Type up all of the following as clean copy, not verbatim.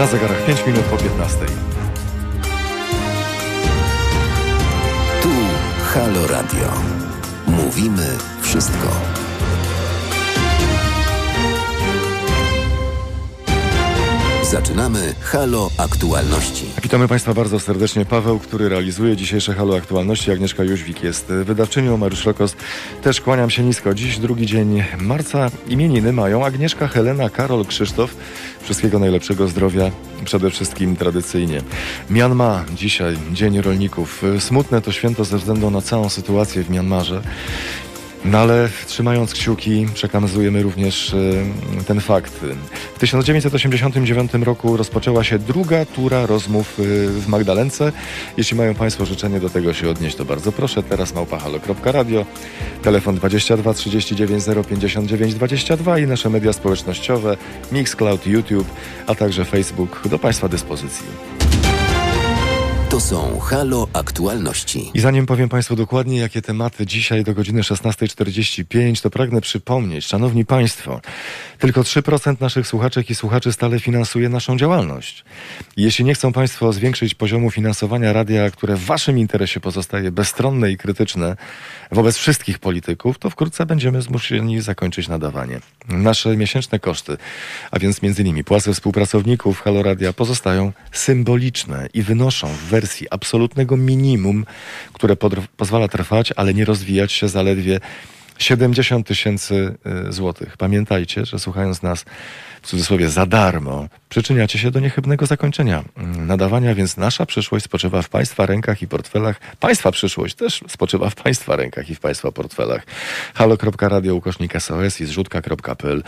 Na zegarach 5 minut po 15. Tu Halo Radio. Mówimy wszystko. Zaczynamy Halo Aktualności. Witamy Państwa bardzo serdecznie. Paweł, który realizuje dzisiejsze Halo Aktualności. Agnieszka Jóźwik jest wydawczynią. Mariusz Rokos. Też kłaniam się nisko. Dziś drugi dzień marca. Imieniny mają Agnieszka, Helena, Karol, Krzysztof. Wszystkiego najlepszego, zdrowia. Przede wszystkim tradycyjnie. Myanmar. Dzisiaj Dzień Rolników. Smutne to święto ze względu na całą sytuację w Myanmarze. No ale trzymając kciuki przekazujemy również ten fakt. W 1989 roku rozpoczęła się druga tura rozmów w Magdalence. Jeśli mają Państwo życzenie do tego się odnieść, to bardzo proszę. Teraz @halo.radio, telefon 22 39 059 22 i nasze media społecznościowe, Mixcloud, YouTube, a także Facebook do Państwa dyspozycji. To są Halo Aktualności. I zanim powiem Państwu dokładnie, jakie tematy dzisiaj do godziny 16:45, to pragnę przypomnieć, szanowni Państwo, tylko 3% naszych słuchaczek i słuchaczy stale finansuje naszą działalność. I jeśli nie chcą Państwo zwiększyć poziomu finansowania radia, które w Waszym interesie pozostaje bezstronne i krytyczne wobec wszystkich polityków, to wkrótce będziemy zmuszeni zakończyć nadawanie. Nasze miesięczne koszty, a więc m.in. płace współpracowników Halo Radia pozostają symboliczne i wynoszą w wersji absolutnego minimum, które pozwala trwać, ale nie rozwijać się, zaledwie 70 000 złotych. Pamiętajcie, że słuchając nas w cudzysłowie za darmo, przyczyniacie się do niechybnego zakończenia nadawania, więc nasza przyszłość spoczywa w Państwa rękach i portfelach. Państwa przyszłość też spoczywa w Państwa rękach i w Państwa portfelach. halo.radio /SOS i zrzutka.pl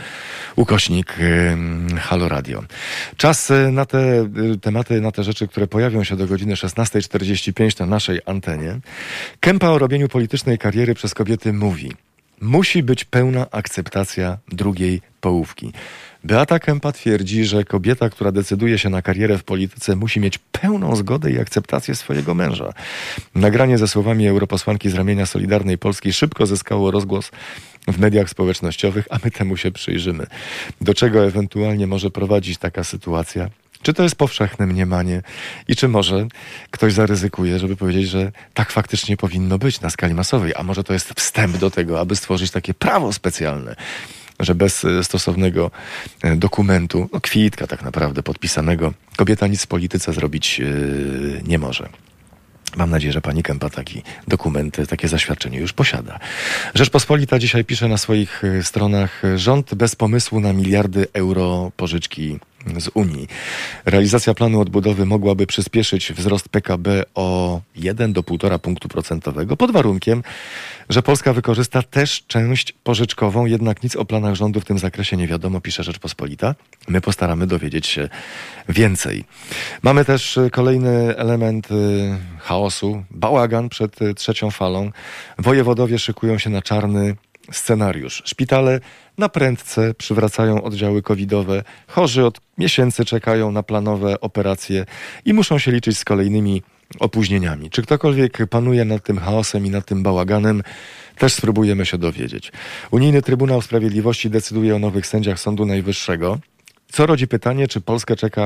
/Halo Radio. Czas na te tematy, na te rzeczy, które pojawią się do godziny 16:45 na naszej antenie. Kępa o robieniu politycznej kariery przez kobiety mówi: musi być pełna akceptacja drugiej połówki. Beata Kępa twierdzi, że kobieta, która decyduje się na karierę w polityce, musi mieć pełną zgodę i akceptację swojego męża. Nagranie ze słowami europosłanki z ramienia Solidarnej Polski szybko zyskało rozgłos w mediach społecznościowych, a my temu się przyjrzymy. Do czego ewentualnie może prowadzić taka sytuacja? Czy to jest powszechne mniemanie i czy może ktoś zaryzykuje, żeby powiedzieć, że tak faktycznie powinno być na skali masowej, a może to jest wstęp do tego, aby stworzyć takie prawo specjalne, że bez stosownego dokumentu, kwitka tak naprawdę podpisanego, kobieta nic w polityce zrobić nie może. Mam nadzieję, że pani Kępa taki dokument, takie zaświadczenie już posiada. Rzeczpospolita dzisiaj pisze na swoich stronach: rząd bez pomysłu na miliardy euro pożyczki z Unii. Realizacja planu odbudowy mogłaby przyspieszyć wzrost PKB o 1 do 1,5 punktu procentowego, pod warunkiem, że Polska wykorzysta też część pożyczkową, jednak nic o planach rządu w tym zakresie nie wiadomo, pisze Rzeczpospolita. My postaramy dowiedzieć się więcej. Mamy też kolejny element chaosu, bałagan przed trzecią falą. Wojewodowie szykują się na czarny scenariusz. Szpitale na prędce przywracają oddziały covidowe. Chorzy od miesięcy czekają na planowe operacje i muszą się liczyć z kolejnymi opóźnieniami. Czy ktokolwiek panuje nad tym chaosem i nad tym bałaganem? Też spróbujemy się dowiedzieć. Unijny Trybunał Sprawiedliwości decyduje o nowych sędziach Sądu Najwyższego, co rodzi pytanie, czy Polskę czeka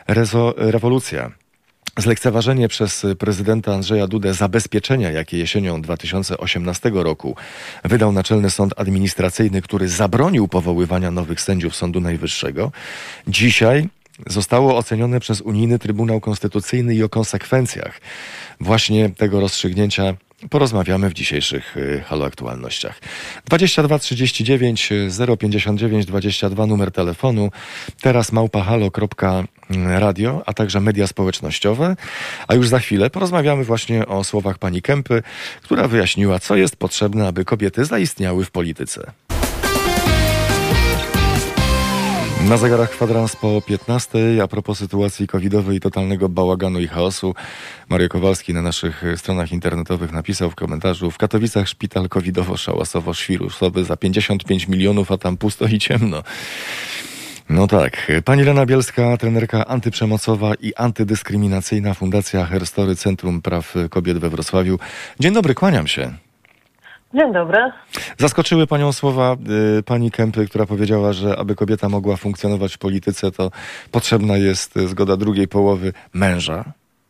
rewolucja. Zlekceważenie przez prezydenta Andrzeja Dudę zabezpieczenia, jakie jesienią 2018 roku wydał Naczelny Sąd Administracyjny, który zabronił powoływania nowych sędziów Sądu Najwyższego, dzisiaj zostało ocenione przez Unijny Trybunał Konstytucyjny i o konsekwencjach właśnie tego rozstrzygnięcia porozmawiamy w dzisiejszych Halo Aktualnościach. 22 39 059 22 numer telefonu, teraz @halo.radio, a także media społecznościowe. A już za chwilę porozmawiamy właśnie o słowach pani Kępy, która wyjaśniła, co jest potrzebne, aby kobiety zaistniały w polityce. Na zegarach kwadrans po 15. A propos sytuacji covidowej i totalnego bałaganu i chaosu, Mario Kowalski na naszych stronach internetowych napisał w komentarzu: w Katowicach szpital covidowo-szałasowo-świrusowy za 55 milionów, a tam pusto i ciemno. No tak. Pani Lena Bielska, trenerka antyprzemocowa i antydyskryminacyjna, Fundacja Herstory, Centrum Praw Kobiet we Wrocławiu. Dzień dobry, kłaniam się. Dzień dobry. Zaskoczyły panią słowa pani Kempy, która powiedziała, że aby kobieta mogła funkcjonować w polityce, to potrzebna jest zgoda drugiej połowy męża?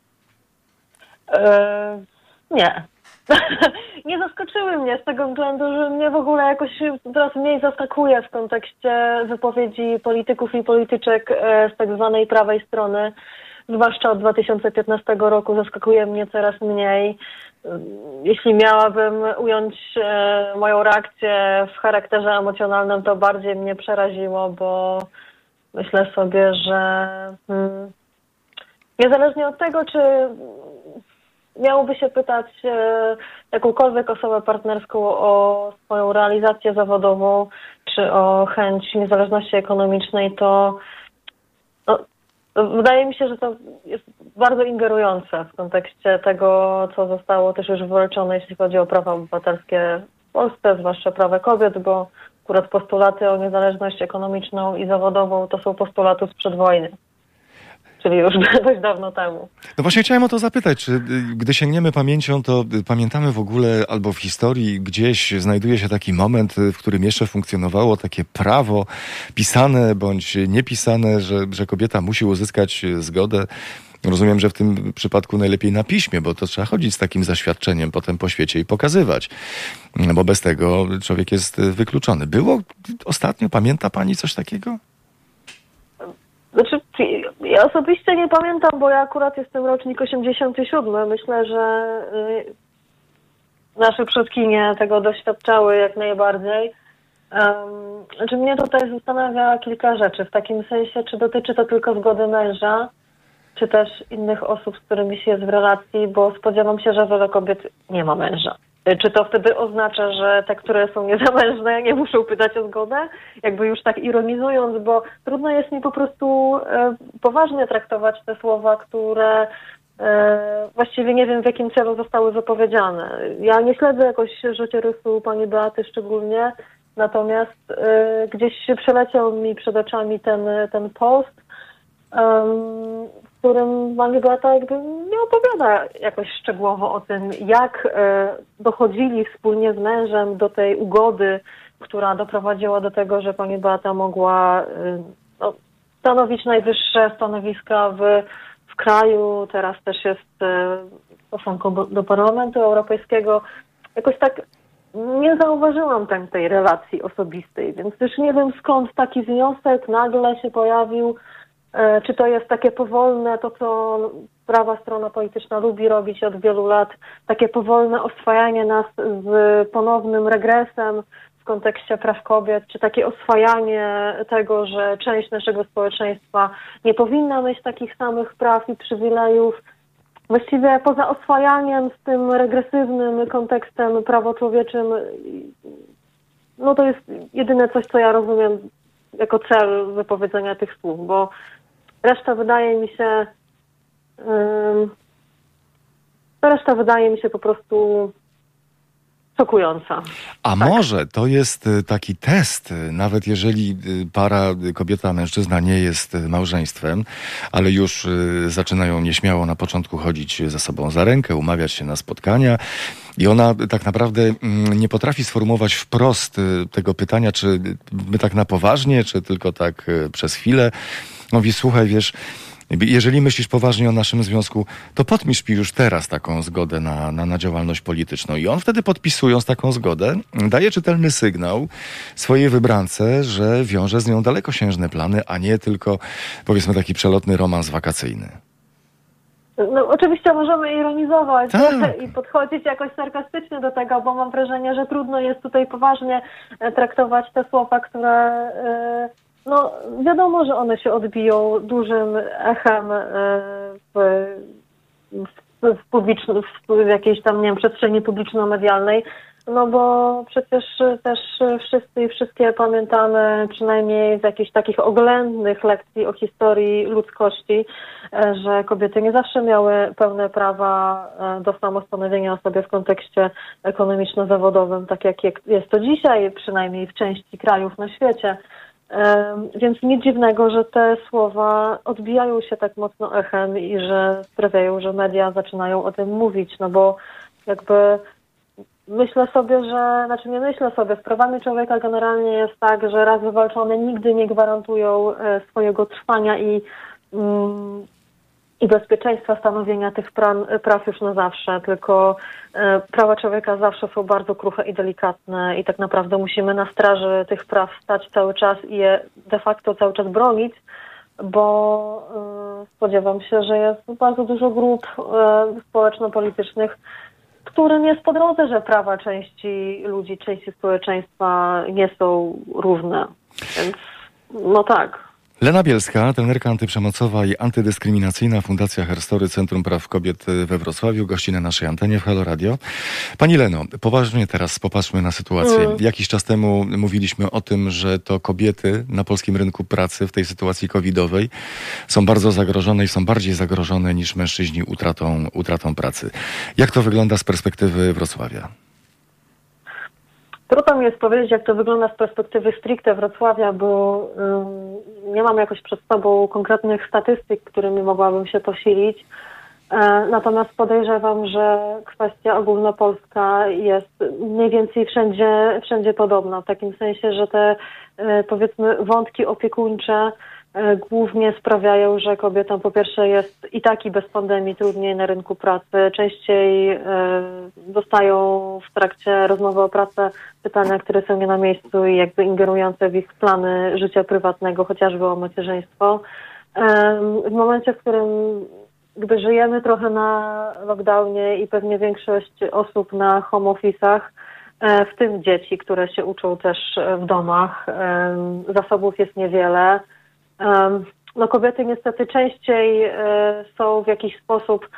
Nie. Nie zaskoczyły mnie z tego względu, że mnie w ogóle jakoś coraz mniej zaskakuje w kontekście wypowiedzi polityków i polityczek z tak zwanej prawej strony. Zwłaszcza od 2015 roku zaskakuje mnie coraz mniej. Jeśli miałabym ująć moją reakcję w charakterze emocjonalnym, to bardziej mnie przeraziło, bo myślę sobie, że niezależnie od tego, czy miałoby się pytać jakąkolwiek osobę partnerską o swoją realizację zawodową, czy o chęć niezależności ekonomicznej, to wydaje mi się, że to jest bardzo ingerujące w kontekście tego, co zostało też już wywalczone, jeśli chodzi o prawa obywatelskie w Polsce, zwłaszcza prawa kobiet, bo akurat postulaty o niezależność ekonomiczną i zawodową to są postulaty sprzed wojny, czyli już dość dawno temu. No właśnie chciałem o to zapytać, czy gdy sięgniemy pamięcią, to pamiętamy w ogóle albo w historii gdzieś znajduje się taki moment, w którym jeszcze funkcjonowało takie prawo pisane bądź niepisane, że kobieta musi uzyskać zgodę. Rozumiem, że w tym przypadku najlepiej na piśmie, bo to trzeba chodzić z takim zaświadczeniem potem po świecie i pokazywać, bo bez tego człowiek jest wykluczony. Było ostatnio, pamięta pani coś takiego? Znaczy, ja osobiście nie pamiętam, bo ja akurat jestem rocznik 87. Myślę, że nasze przodkinie tego doświadczały jak najbardziej. Znaczy, mnie tutaj zastanawia kilka rzeczy. W takim sensie, czy dotyczy to tylko zgody męża, czy też innych osób, z którymi się jest w relacji, bo spodziewam się, że wiele kobiet nie ma męża. Czy to wtedy oznacza, że te, które są niezamężne, nie muszą pytać o zgodę? Jakby już tak ironizując, bo trudno jest mi po prostu poważnie traktować te słowa, które właściwie nie wiem, w jakim celu zostały wypowiedziane. Ja nie śledzę jakoś życiorysu pani Beaty szczególnie, natomiast gdzieś przeleciał mi przed oczami ten post, w którym pani Beata jakby nie opowiada jakoś szczegółowo o tym, jak dochodzili wspólnie z mężem do tej ugody, która doprowadziła do tego, że pani Beata mogła stanowić najwyższe stanowiska w kraju. Teraz też jest w stosunku do Parlamentu Europejskiego. Jakoś tak nie zauważyłam tej relacji osobistej, więc też nie wiem, skąd taki wniosek nagle się pojawił. Czy to jest takie powolne, to co prawa strona polityczna lubi robić od wielu lat, takie powolne oswajanie nas z ponownym regresem w kontekście praw kobiet, czy takie oswajanie tego, że część naszego społeczeństwa nie powinna mieć takich samych praw i przywilejów. Właściwie poza oswajaniem z tym regresywnym kontekstem prawoczłowieczym, no to jest jedyne coś, co ja rozumiem jako cel wypowiedzenia tych słów, bo reszta wydaje mi się po prostu szokująca. A tak. Może to jest taki test, nawet jeżeli para kobieta-mężczyzna nie jest małżeństwem, ale już zaczynają nieśmiało na początku chodzić ze sobą za rękę, umawiać się na spotkania i ona tak naprawdę nie potrafi sformułować wprost tego pytania, czy my tak na poważnie, czy tylko tak przez chwilę. Mówi, słuchaj, wiesz, jeżeli myślisz poważnie o naszym związku, to podpisz mi już teraz taką zgodę na działalność polityczną. I on wtedy, podpisując taką zgodę, daje czytelny sygnał swojej wybrance, że wiąże z nią dalekosiężne plany, a nie tylko, powiedzmy, taki przelotny romans wakacyjny. No, oczywiście możemy ironizować tak. i podchodzić jakoś sarkastycznie do tego, bo mam wrażenie, że trudno jest tutaj poważnie traktować te słowa, które... No, wiadomo, że one się odbiją dużym echem w jakiejś tam, nie wiem, przestrzeni publiczno-medialnej, no bo przecież też wszyscy i wszystkie pamiętamy przynajmniej z jakichś takich oględnych lekcji o historii ludzkości, że kobiety nie zawsze miały pełne prawa do samostanowienia o sobie w kontekście ekonomiczno-zawodowym, tak jak jest to dzisiaj, przynajmniej w części krajów na świecie. Więc nic dziwnego, że te słowa odbijają się tak mocno echem i że sprawiają, że media zaczynają o tym mówić, no bo jakby myślę sobie, nie myślę sobie, z prawami człowieka generalnie jest tak, że raz wywalczone nigdy nie gwarantują swojego trwania i bezpieczeństwa stanowienia tych praw już na zawsze, tylko prawa człowieka zawsze są bardzo kruche i delikatne i tak naprawdę musimy na straży tych praw stać cały czas i je de facto cały czas bronić, bo spodziewam się, że jest bardzo dużo grup społeczno-politycznych, którym jest po drodze, że prawa części ludzi, części społeczeństwa nie są równe. Więc no tak. Lena Bielska, trenerka antyprzemocowa i antydyskryminacyjna Fundacja Herstory Centrum Praw Kobiet we Wrocławiu, gości na naszej antenie w Halo Radio. Pani Leno, poważnie teraz popatrzmy na sytuację. Jakiś czas temu mówiliśmy o tym, że to kobiety na polskim rynku pracy w tej sytuacji covidowej są bardzo zagrożone i są bardziej zagrożone niż mężczyźni utratą pracy. Jak to wygląda z perspektywy Wrocławia? Trudno mi jest powiedzieć, jak to wygląda z perspektywy stricte Wrocławia, bo nie mam jakoś przed sobą konkretnych statystyk, którymi mogłabym się posilić. Natomiast podejrzewam, że kwestia ogólnopolska jest mniej więcej wszędzie podobna. W takim sensie, że te powiedzmy wątki opiekuńcze głównie sprawiają, że kobietom po pierwsze jest i tak i bez pandemii trudniej na rynku pracy. Częściej dostają w trakcie rozmowy o pracę pytania, które są nie na miejscu i jakby ingerujące w ich plany życia prywatnego, chociażby o macierzyństwo. W momencie, w którym gdy żyjemy trochę na lockdownie i pewnie większość osób na home office'ach, w tym dzieci, które się uczą też w domach, zasobów jest niewiele. No kobiety niestety częściej są w jakiś sposób,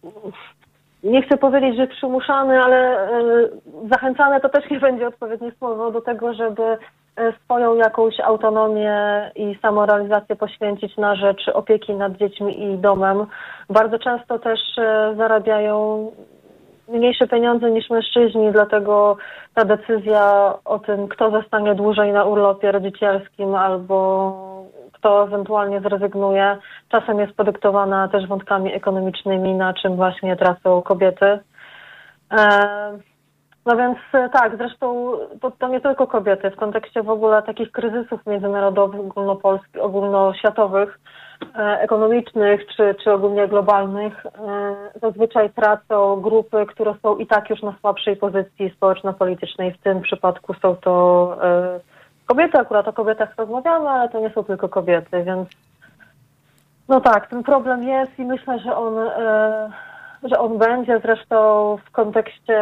nie chcę powiedzieć, że przymuszane, ale zachęcane to też nie będzie odpowiednie słowo do tego, żeby swoją jakąś autonomię i samorealizację poświęcić na rzecz opieki nad dziećmi i domem. Bardzo często też zarabiają mniejsze pieniądze niż mężczyźni, dlatego ta decyzja o tym, kto zostanie dłużej na urlopie rodzicielskim albo kto ewentualnie zrezygnuje, czasem jest podyktowana też wątkami ekonomicznymi, na czym właśnie tracą kobiety. No więc tak, zresztą to nie tylko kobiety. W kontekście w ogóle takich kryzysów międzynarodowych, ogólnopolskich, ogólnoświatowych, ekonomicznych czy ogólnie globalnych, zazwyczaj tracą grupy, które są i tak już na słabszej pozycji społeczno-politycznej. W tym przypadku są to kobiety, akurat o kobietach rozmawiamy, ale to nie są tylko kobiety, więc no tak, ten problem jest i myślę, że on będzie. Zresztą w kontekście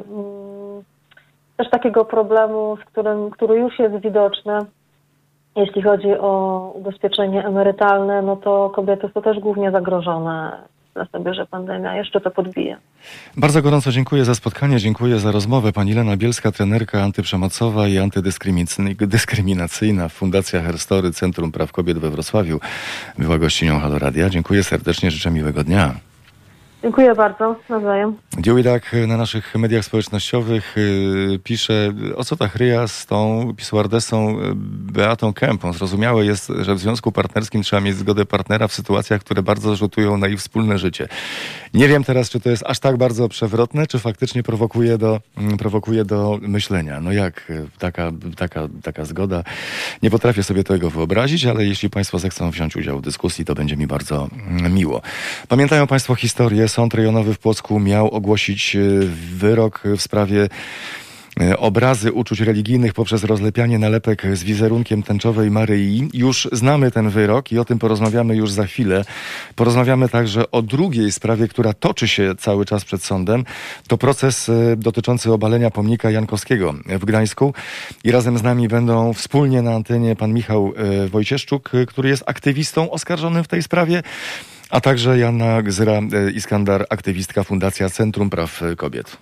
też takiego problemu, który już jest widoczny, jeśli chodzi o ubezpieczenie emerytalne, no to kobiety są też głównie zagrożone. Myślę sobie, że pandemia jeszcze to podbije. Bardzo gorąco dziękuję za spotkanie, dziękuję za rozmowę. Pani Lena Bielska, trenerka antyprzemocowa i antydyskryminacyjna Fundacja Herstory Centrum Praw Kobiet we Wrocławiu była gościnią Halo Radia. Dziękuję serdecznie, życzę miłego dnia. Dziękuję bardzo, nawzajem. Dziewidak na naszych mediach społecznościowych pisze, o co ta chryja z tą pisuardesą Beatą Kempą. Zrozumiałe jest, że w związku partnerskim trzeba mieć zgodę partnera w sytuacjach, które bardzo rzutują na ich wspólne życie. Nie wiem teraz, czy to jest aż tak bardzo przewrotne, czy faktycznie prowokuje do myślenia. No jak taka zgoda? Nie potrafię sobie tego wyobrazić, ale jeśli Państwo zechcą wziąć udział w dyskusji, to będzie mi bardzo miło. Pamiętają Państwo historię? Sąd rejonowy w Płocku miał ogłosić wyrok w sprawie obrazy uczuć religijnych poprzez rozlepianie nalepek z wizerunkiem tęczowej Maryi. Już znamy ten wyrok i o tym porozmawiamy już za chwilę. Porozmawiamy także o drugiej sprawie, która toczy się cały czas przed sądem. To proces dotyczący obalenia pomnika Jankowskiego w Gdańsku. I razem z nami będą wspólnie na antenie pan Michał Wojcieszczuk, który jest aktywistą oskarżonym w tej sprawie, a także Joanna Gzyra-Iskandar, aktywistka Fundacja Centrum Praw Kobiet.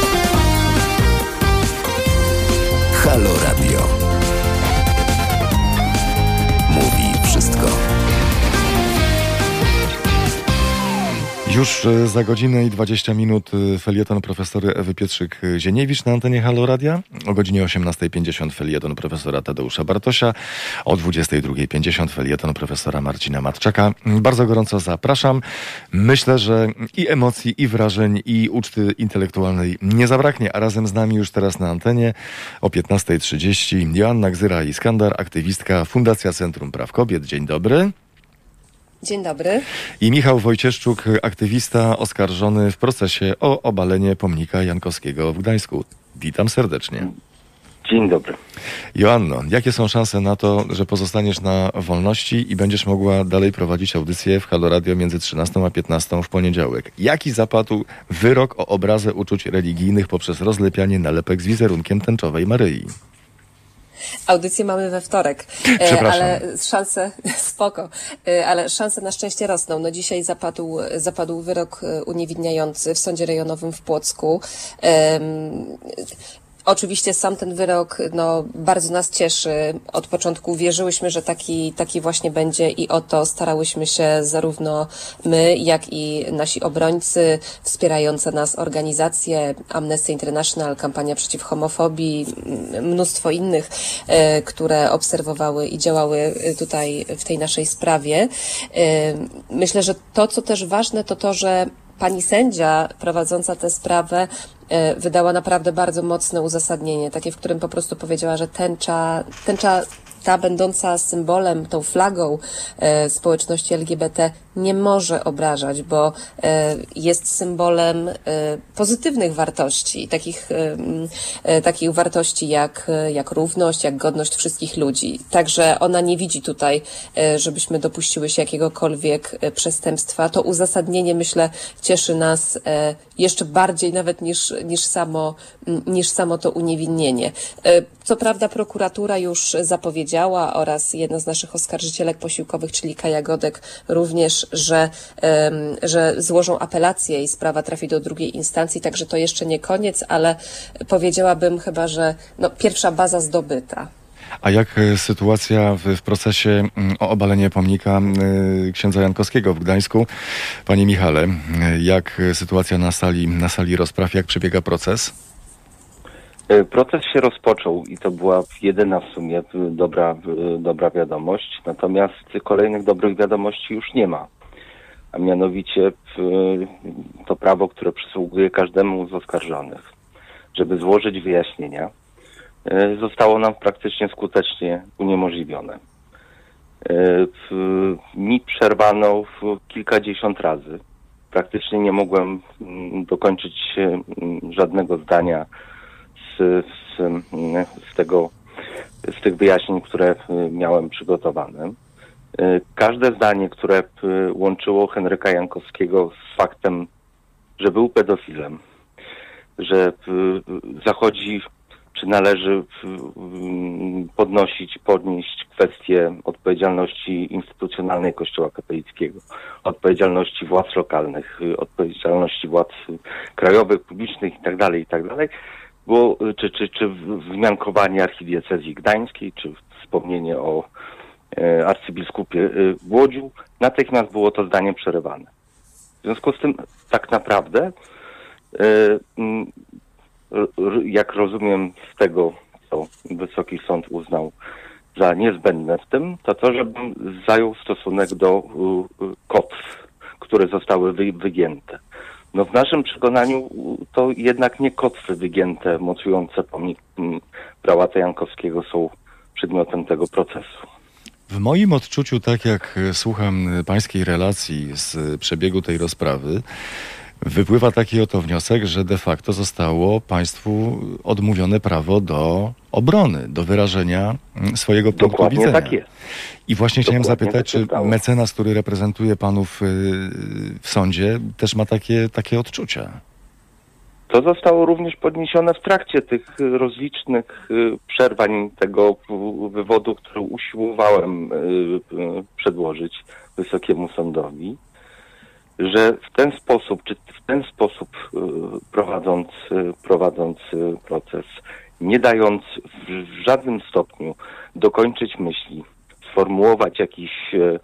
Halo Radio. Mówi wszystko. Już za godzinę i 20 minut felieton profesory Ewy Pietrzyk-Zieniewicz na antenie Halo Radia. O godzinie 18:50 felieton profesora Tadeusza Bartosia. O 22:50 felieton profesora Marcina Matczaka. Bardzo gorąco zapraszam. Myślę, że i emocji, i wrażeń, i uczty intelektualnej nie zabraknie. A razem z nami już teraz na antenie o 15:30 Joanna Gzyra-Iskandar, aktywistka Fundacja Centrum Praw Kobiet. Dzień dobry. Dzień dobry. I Michał Wojcieszczuk, aktywista oskarżony w procesie o obalenie pomnika Jankowskiego w Gdańsku. Witam serdecznie. Dzień dobry. Joanno, jakie są szanse na to, że pozostaniesz na wolności i będziesz mogła dalej prowadzić audycję w Halo Radio między 13 a 15 w poniedziałek? Jaki zapadł wyrok o obrazę uczuć religijnych poprzez rozlepianie nalepek z wizerunkiem tęczowej Maryi? Audycję mamy we wtorek, ale szanse, spoko, ale szanse na szczęście rosną. No dzisiaj zapadł wyrok uniewinniający w Sądzie Rejonowym w Płocku. Oczywiście sam ten wyrok bardzo nas cieszy. Od początku wierzyłyśmy, że taki właśnie będzie i o to starałyśmy się zarówno my, jak i nasi obrońcy, wspierające nas organizacje, Amnesty International, kampania przeciw homofobii, mnóstwo innych, które obserwowały i działały tutaj w tej naszej sprawie. Myślę, że to, co też ważne, to to, że pani sędzia prowadząca tę sprawę wydała naprawdę bardzo mocne uzasadnienie, takie, w którym po prostu powiedziała, że tęcza ta będąca symbolem, tą flagą społeczności LGBT nie może obrażać, bo jest symbolem pozytywnych wartości, takich wartości jak równość, jak godność wszystkich ludzi. Także ona nie widzi tutaj, żebyśmy dopuściły się jakiegokolwiek przestępstwa. To uzasadnienie, myślę, cieszy nas jeszcze bardziej nawet niż samo to uniewinnienie. Co prawda prokuratura już zapowiedziała oraz jedna z naszych oskarżycielek posiłkowych, czyli Kaja Godek, również, że złożą apelację i sprawa trafi do drugiej instancji, także to jeszcze nie koniec, ale powiedziałabym chyba, że pierwsza baza zdobyta. A jak sytuacja w procesie o obalenie pomnika księdza Jankowskiego w Gdańsku? Panie Michale, jak sytuacja na sali rozpraw, jak przebiega proces? Proces się rozpoczął i to była jedyna w sumie dobra wiadomość, natomiast kolejnych dobrych wiadomości już nie ma. A mianowicie to prawo, które przysługuje każdemu z oskarżonych, żeby złożyć wyjaśnienia, zostało nam praktycznie skutecznie uniemożliwione. Mi przerwano kilkadziesiąt razy. Praktycznie nie mogłem dokończyć żadnego zdania z tych wyjaśnień, które miałem przygotowane. Każde zdanie, które łączyło Henryka Jankowskiego z faktem, że był pedofilem, że zachodzi, czy należy podnieść kwestię odpowiedzialności instytucjonalnej Kościoła katolickiego, odpowiedzialności władz lokalnych, odpowiedzialności władz krajowych, publicznych itd., bo czy wzmiankowanie archidiecezji gdańskiej, czy wspomnienie o arcybiskupie Łodziu, natychmiast było to zdanie przerywane. W związku z tym tak naprawdę, jak rozumiem z tego, co Wysoki Sąd uznał za niezbędne w tym, to żebym zajął stosunek do kotw, które zostały wygięte. W naszym przekonaniu to jednak nie kotwy wygięte, mocujące pomnik prałata Jankowskiego są przedmiotem tego procesu. W moim odczuciu, tak jak słucham pańskiej relacji z przebiegu tej rozprawy, wypływa taki oto wniosek, że de facto zostało państwu odmówione prawo do obrony, do wyrażenia swojego punktu widzenia. Tak jest. I właśnie chciałem zapytać, czy mecenas, który reprezentuje panów w sądzie, też ma takie odczucia? To zostało również podniesione w trakcie tych rozlicznych przerwań tego wywodu, który usiłowałem przedłożyć Wysokiemu Sądowi, że w ten sposób prowadząc proces, nie dając w żadnym stopniu dokończyć myśli, sformułować jakichś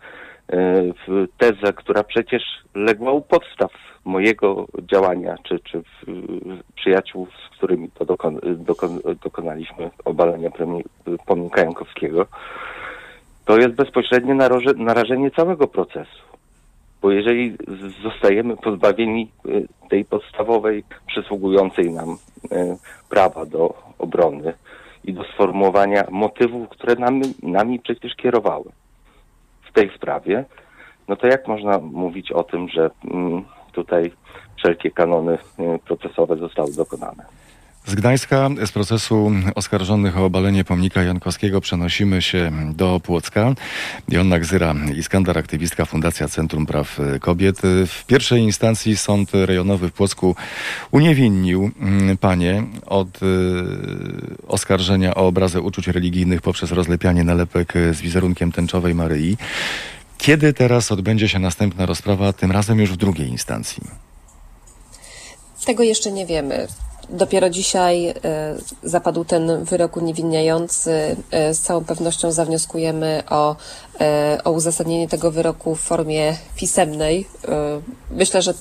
tezę, która przecież legła u podstaw mojego działania, czy przyjaciół, z którymi to dokonaliśmy obalenia pomnika Jankowskiego, to jest bezpośrednie narażenie całego procesu. Bo jeżeli zostajemy pozbawieni tej podstawowej, przysługującej nam prawa do obrony i do sformułowania motywów, które nami przecież kierowały w tej sprawie, no to jak można mówić o tym, że tutaj wszelkie kanony procesowe zostały dokonane? Z Gdańska, z procesu oskarżonych o obalenie pomnika Jankowskiego przenosimy się do Płocka. Joanna Gzyra, Iskandar, aktywistka Fundacja Centrum Praw Kobiet. W pierwszej instancji Sąd Rejonowy w Płocku uniewinnił panie od oskarżenia o obrazę uczuć religijnych poprzez rozlepianie nalepek z wizerunkiem tęczowej Maryi. Kiedy teraz odbędzie się następna rozprawa, tym razem już w drugiej instancji? Tego jeszcze nie wiemy. Dopiero dzisiaj zapadł ten wyrok uniewinniający. Z całą pewnością zawnioskujemy o uzasadnienie tego wyroku w formie pisemnej. Myślę, że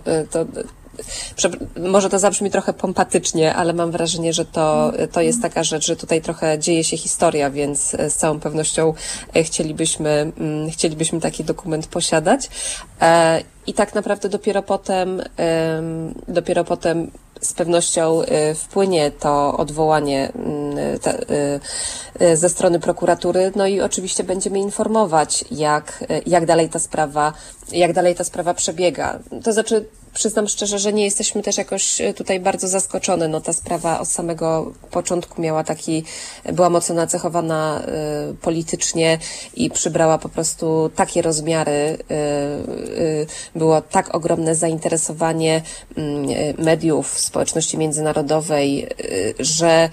może to zabrzmi trochę pompatycznie, ale mam wrażenie, że to jest taka rzecz, że tutaj trochę dzieje się historia, więc z całą pewnością chcielibyśmy taki dokument posiadać. I tak naprawdę dopiero potem z pewnością wpłynie to odwołanie ze strony prokuratury, no i oczywiście będziemy informować, jak dalej ta sprawa przebiega. To znaczy, przyznam szczerze, że nie jesteśmy też jakoś tutaj bardzo zaskoczone. No ta sprawa od samego początku była mocno nacechowana politycznie i przybrała po prostu takie rozmiary, było tak ogromne zainteresowanie mediów, społeczności międzynarodowej, że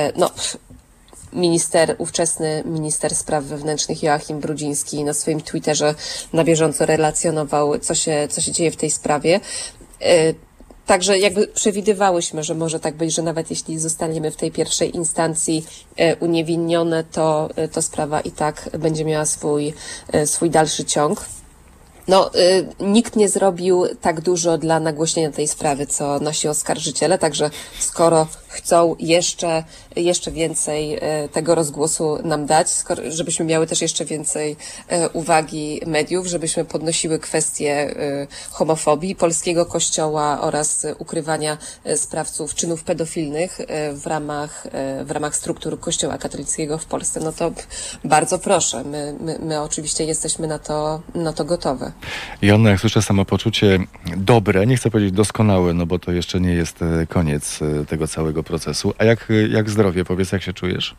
ówczesny minister spraw wewnętrznych Joachim Brudziński na swoim Twitterze na bieżąco relacjonował, co się dzieje w tej sprawie. Także jakby przewidywałyśmy, że może tak być, że nawet jeśli zostaniemy w tej pierwszej instancji uniewinnione, to sprawa i tak będzie miała swój dalszy ciąg. Nikt nie zrobił tak dużo dla nagłośnienia tej sprawy, co nasi oskarżyciele, także skoro chcą jeszcze więcej tego rozgłosu nam dać, żebyśmy miały też jeszcze więcej uwagi mediów, żebyśmy podnosiły kwestie homofobii polskiego kościoła oraz ukrywania sprawców czynów pedofilnych w ramach struktur Kościoła katolickiego w Polsce, no to bardzo proszę, my oczywiście jesteśmy na to gotowe. Joanna, jak słyszę samopoczucie dobre, nie chcę powiedzieć doskonałe, no bo to jeszcze nie jest koniec tego całego procesu. A jak zdrowie? Powiedz, jak się czujesz?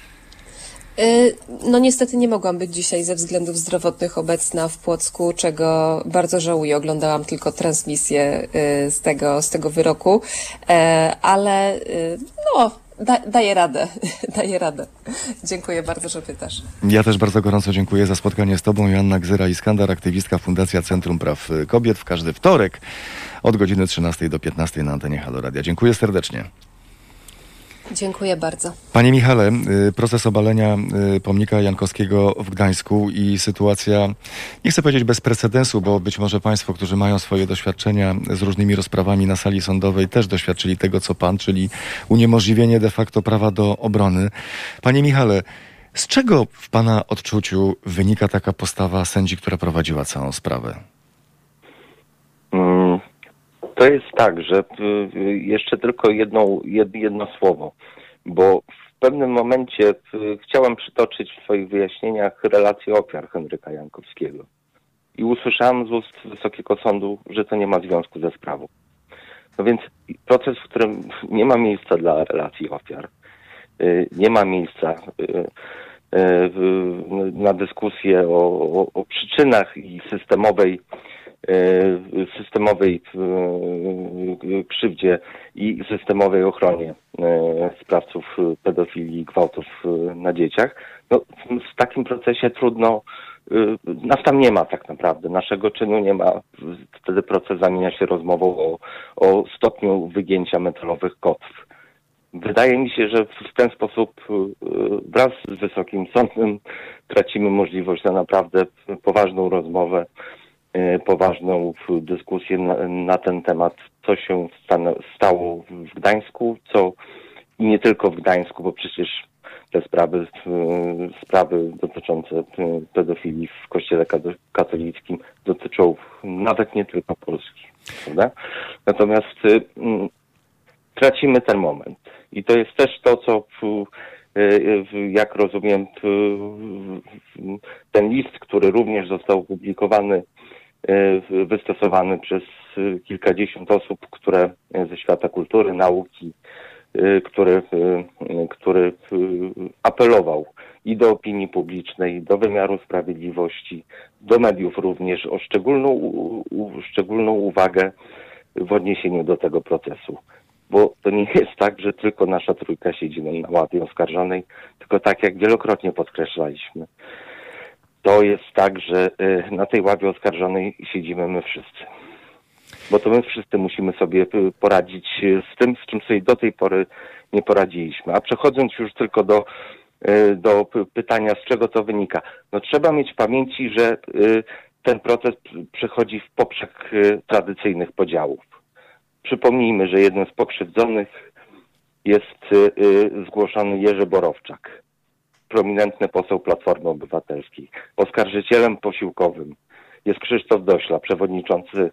No niestety nie mogłam być dzisiaj ze względów zdrowotnych obecna w Płocku, czego bardzo żałuję. Oglądałam tylko transmisję z tego wyroku, ale daję radę. Dziękuję bardzo, że pytasz. Ja też bardzo gorąco dziękuję za spotkanie z Tobą. Joanna Gzyra, Iskandar, aktywistka Fundacja Centrum Praw Kobiet w każdy wtorek od godziny 13 do 15 na antenie Halo Radia. Dziękuję serdecznie. Dziękuję bardzo. Panie Michale, proces obalenia pomnika Jankowskiego w Gdańsku i sytuacja, nie chcę powiedzieć bez precedensu, bo być może Państwo, którzy mają swoje doświadczenia z różnymi rozprawami na sali sądowej, też doświadczyli tego, co Pan, czyli uniemożliwienie de facto prawa do obrony. Panie Michale, z czego w Pana odczuciu wynika taka postawa sędzi, która prowadziła całą sprawę? To jest tak, że jeszcze tylko jedno słowo, bo w pewnym momencie chciałem przytoczyć w swoich wyjaśnieniach relację ofiar Henryka Jankowskiego i usłyszałem z ust Wysokiego Sądu, że to nie ma związku ze sprawą. No więc proces, w którym nie ma miejsca dla relacji ofiar, nie ma miejsca na dyskusję o przyczynach i systemowej krzywdzie i systemowej ochronie sprawców pedofilii i gwałtów na dzieciach. No, w takim procesie trudno, nas tam nie ma tak naprawdę, naszego czynu nie ma. Wtedy proces zamienia się rozmową o stopniu wygięcia metalowych kotw. Wydaje mi się, że w ten sposób wraz z Wysokim Sądem tracimy możliwość na naprawdę poważną rozmowę, poważną dyskusję na ten temat, co się stało w Gdańsku, i nie tylko w Gdańsku, bo przecież te sprawy dotyczące pedofilii w Kościele katolickim dotyczą nawet nie tylko Polski, prawda? Natomiast tracimy ten moment. I to jest też to, co jak rozumiem, ten list, który również został opublikowany, wystosowany przez kilkadziesiąt osób, które ze świata kultury, nauki, który apelował i do opinii publicznej, do wymiaru sprawiedliwości, do mediów również o szczególną uwagę w odniesieniu do tego procesu. Bo to nie jest tak, że tylko nasza trójka siedzi na ławie oskarżonej, tylko tak jak wielokrotnie podkreślaliśmy, to jest tak, że na tej ławie oskarżonej siedzimy my wszyscy. Bo to my wszyscy musimy sobie poradzić z tym, z czym sobie do tej pory nie poradziliśmy. A przechodząc już tylko do pytania, z czego to wynika. No trzeba mieć w pamięci, że ten proces przechodzi w poprzek tradycyjnych podziałów. Przypomnijmy, że jednym z pokrzywdzonych jest zgłoszony Jerzy Borowczak, prominentny poseł Platformy Obywatelskiej. Oskarżycielem posiłkowym jest Krzysztof Dośla, przewodniczący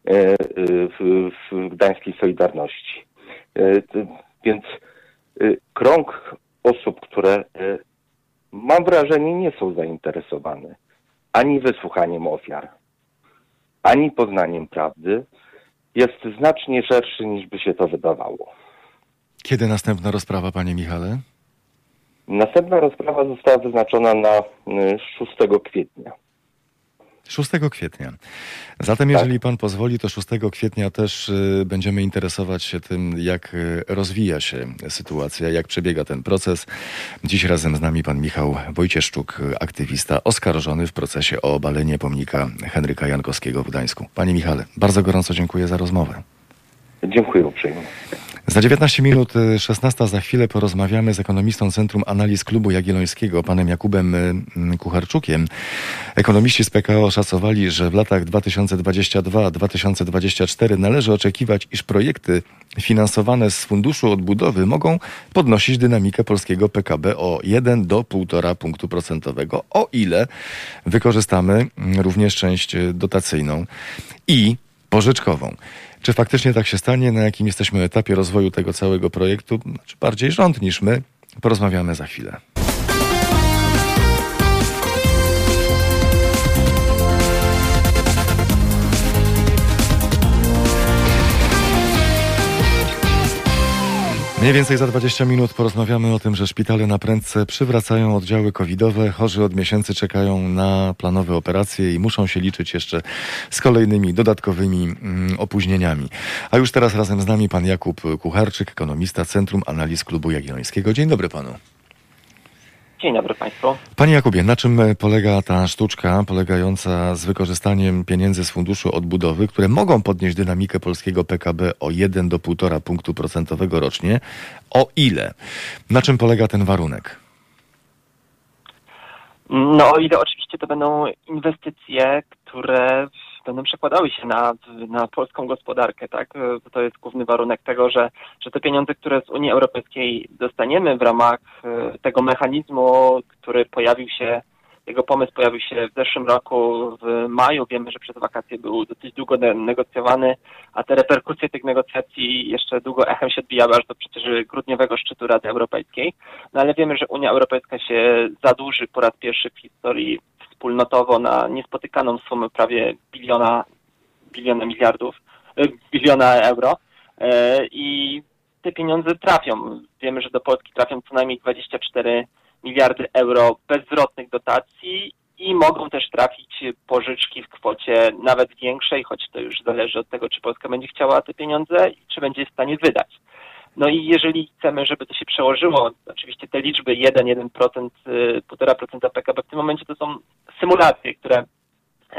w Gdańskiej Solidarności. Więc krąg osób, które mam wrażenie nie są zainteresowane ani wysłuchaniem ofiar, ani poznaniem prawdy, jest znacznie szerszy niż by się to wydawało. Kiedy następna rozprawa, panie Michale? Następna rozprawa została wyznaczona na 6 kwietnia. 6 kwietnia. Zatem jeżeli pan pozwoli, to 6 kwietnia też będziemy interesować się tym, jak rozwija się sytuacja, jak przebiega ten proces. Dziś razem z nami pan Michał Wojcieszczuk, aktywista oskarżony w procesie o obalenie pomnika Henryka Jankowskiego w Gdańsku. Panie Michale, bardzo gorąco dziękuję za rozmowę. Dziękuję uprzejmie. Za 19 minut 16 za chwilę porozmawiamy z ekonomistą Centrum Analiz Klubu Jagiellońskiego, panem Jakubem Kucharczukiem. Ekonomiści z PKO oszacowali, że w latach 2022-2024 należy oczekiwać, iż projekty finansowane z Funduszu Odbudowy mogą podnosić dynamikę polskiego PKB o 1 do 1,5 punktu procentowego, o ile wykorzystamy również część dotacyjną i pożyczkową. Czy faktycznie tak się stanie? Na jakim jesteśmy etapie rozwoju tego całego projektu? Znaczy bardziej rząd niż my. Porozmawiamy za chwilę. Mniej więcej za 20 minut porozmawiamy o tym, że szpitale na prędce przywracają oddziały covidowe. Chorzy od miesięcy czekają na planowe operacje i muszą się liczyć jeszcze z kolejnymi dodatkowymi opóźnieniami. A już teraz razem z nami pan Jakub Kucharczyk, ekonomista Centrum Analiz Klubu Jagiellońskiego. Dzień dobry panu. Dzień dobry państwu. Panie Jakubie, na czym polega ta sztuczka polegająca z wykorzystaniem pieniędzy z Funduszu Odbudowy, które mogą podnieść dynamikę polskiego PKB o 1 do 1,5 punktu procentowego rocznie? O ile? Na czym polega ten warunek? No o ile oczywiście to będą inwestycje, które będą przekładały się na polską gospodarkę, tak? To jest główny warunek tego, że te pieniądze, które z Unii Europejskiej dostaniemy w ramach tego mechanizmu, który jego pomysł pojawił się w zeszłym roku w maju. Wiemy, że przez wakacje był dosyć długo negocjowany, a te reperkusje tych negocjacji jeszcze długo echem się odbijały aż do przecież grudniowego szczytu Rady Europejskiej. No ale wiemy, że Unia Europejska się zadłuży po raz pierwszy w historii wspólnotowo na niespotykaną sumę prawie biliona euro i te pieniądze trafią. Wiemy, że do Polski trafią co najmniej 24 miliardy euro bezzwrotnych dotacji i mogą też trafić pożyczki w kwocie nawet większej, choć to już zależy od tego, czy Polska będzie chciała te pieniądze i czy będzie w stanie wydać. No i jeżeli chcemy, żeby to się przełożyło, oczywiście te liczby 1%, 1,5% PKB w tym momencie to są symulacje, które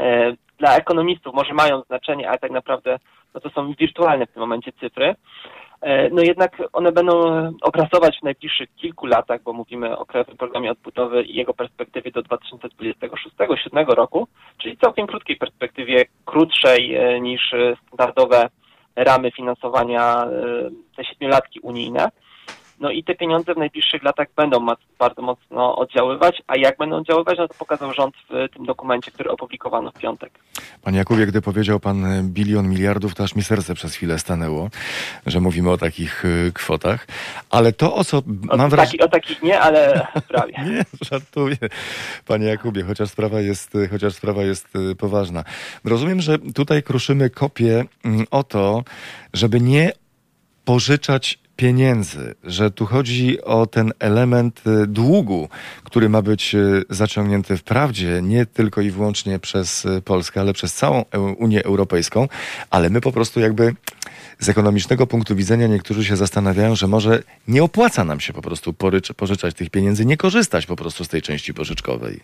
dla ekonomistów może mają znaczenie, ale tak naprawdę no to są wirtualne w tym momencie cyfry. No jednak one będą opracować w najbliższych kilku latach, bo mówimy o Krajowym Programie Odbudowy i jego perspektywie do 2026-2027 roku, czyli całkiem krótkiej perspektywie, krótszej niż standardowe ramy finansowania, te 7-latki unijne. No i te pieniądze w najbliższych latach będą bardzo mocno oddziaływać, a jak będą oddziaływać, no to pokazał rząd w tym dokumencie, który opublikowano w piątek. Panie Jakubie, gdy powiedział pan 1 bilion miliardów, to aż mi serce przez chwilę stanęło, że mówimy o takich kwotach, ale to o co mam wrażenie... O takich nie, ale prawie. Nie, żartuję, panie Jakubie, chociaż sprawa jest poważna. Rozumiem, że tutaj kruszymy kopię o to, żeby nie pożyczać pieniędzy, że tu chodzi o ten element długu, który ma być zaciągnięty wprawdzie nie tylko i wyłącznie przez Polskę, ale przez całą Unię Europejską, ale my po prostu jakby z ekonomicznego punktu widzenia niektórzy się zastanawiają, że może nie opłaca nam się po prostu pożyczać tych pieniędzy, nie korzystać po prostu z tej części pożyczkowej.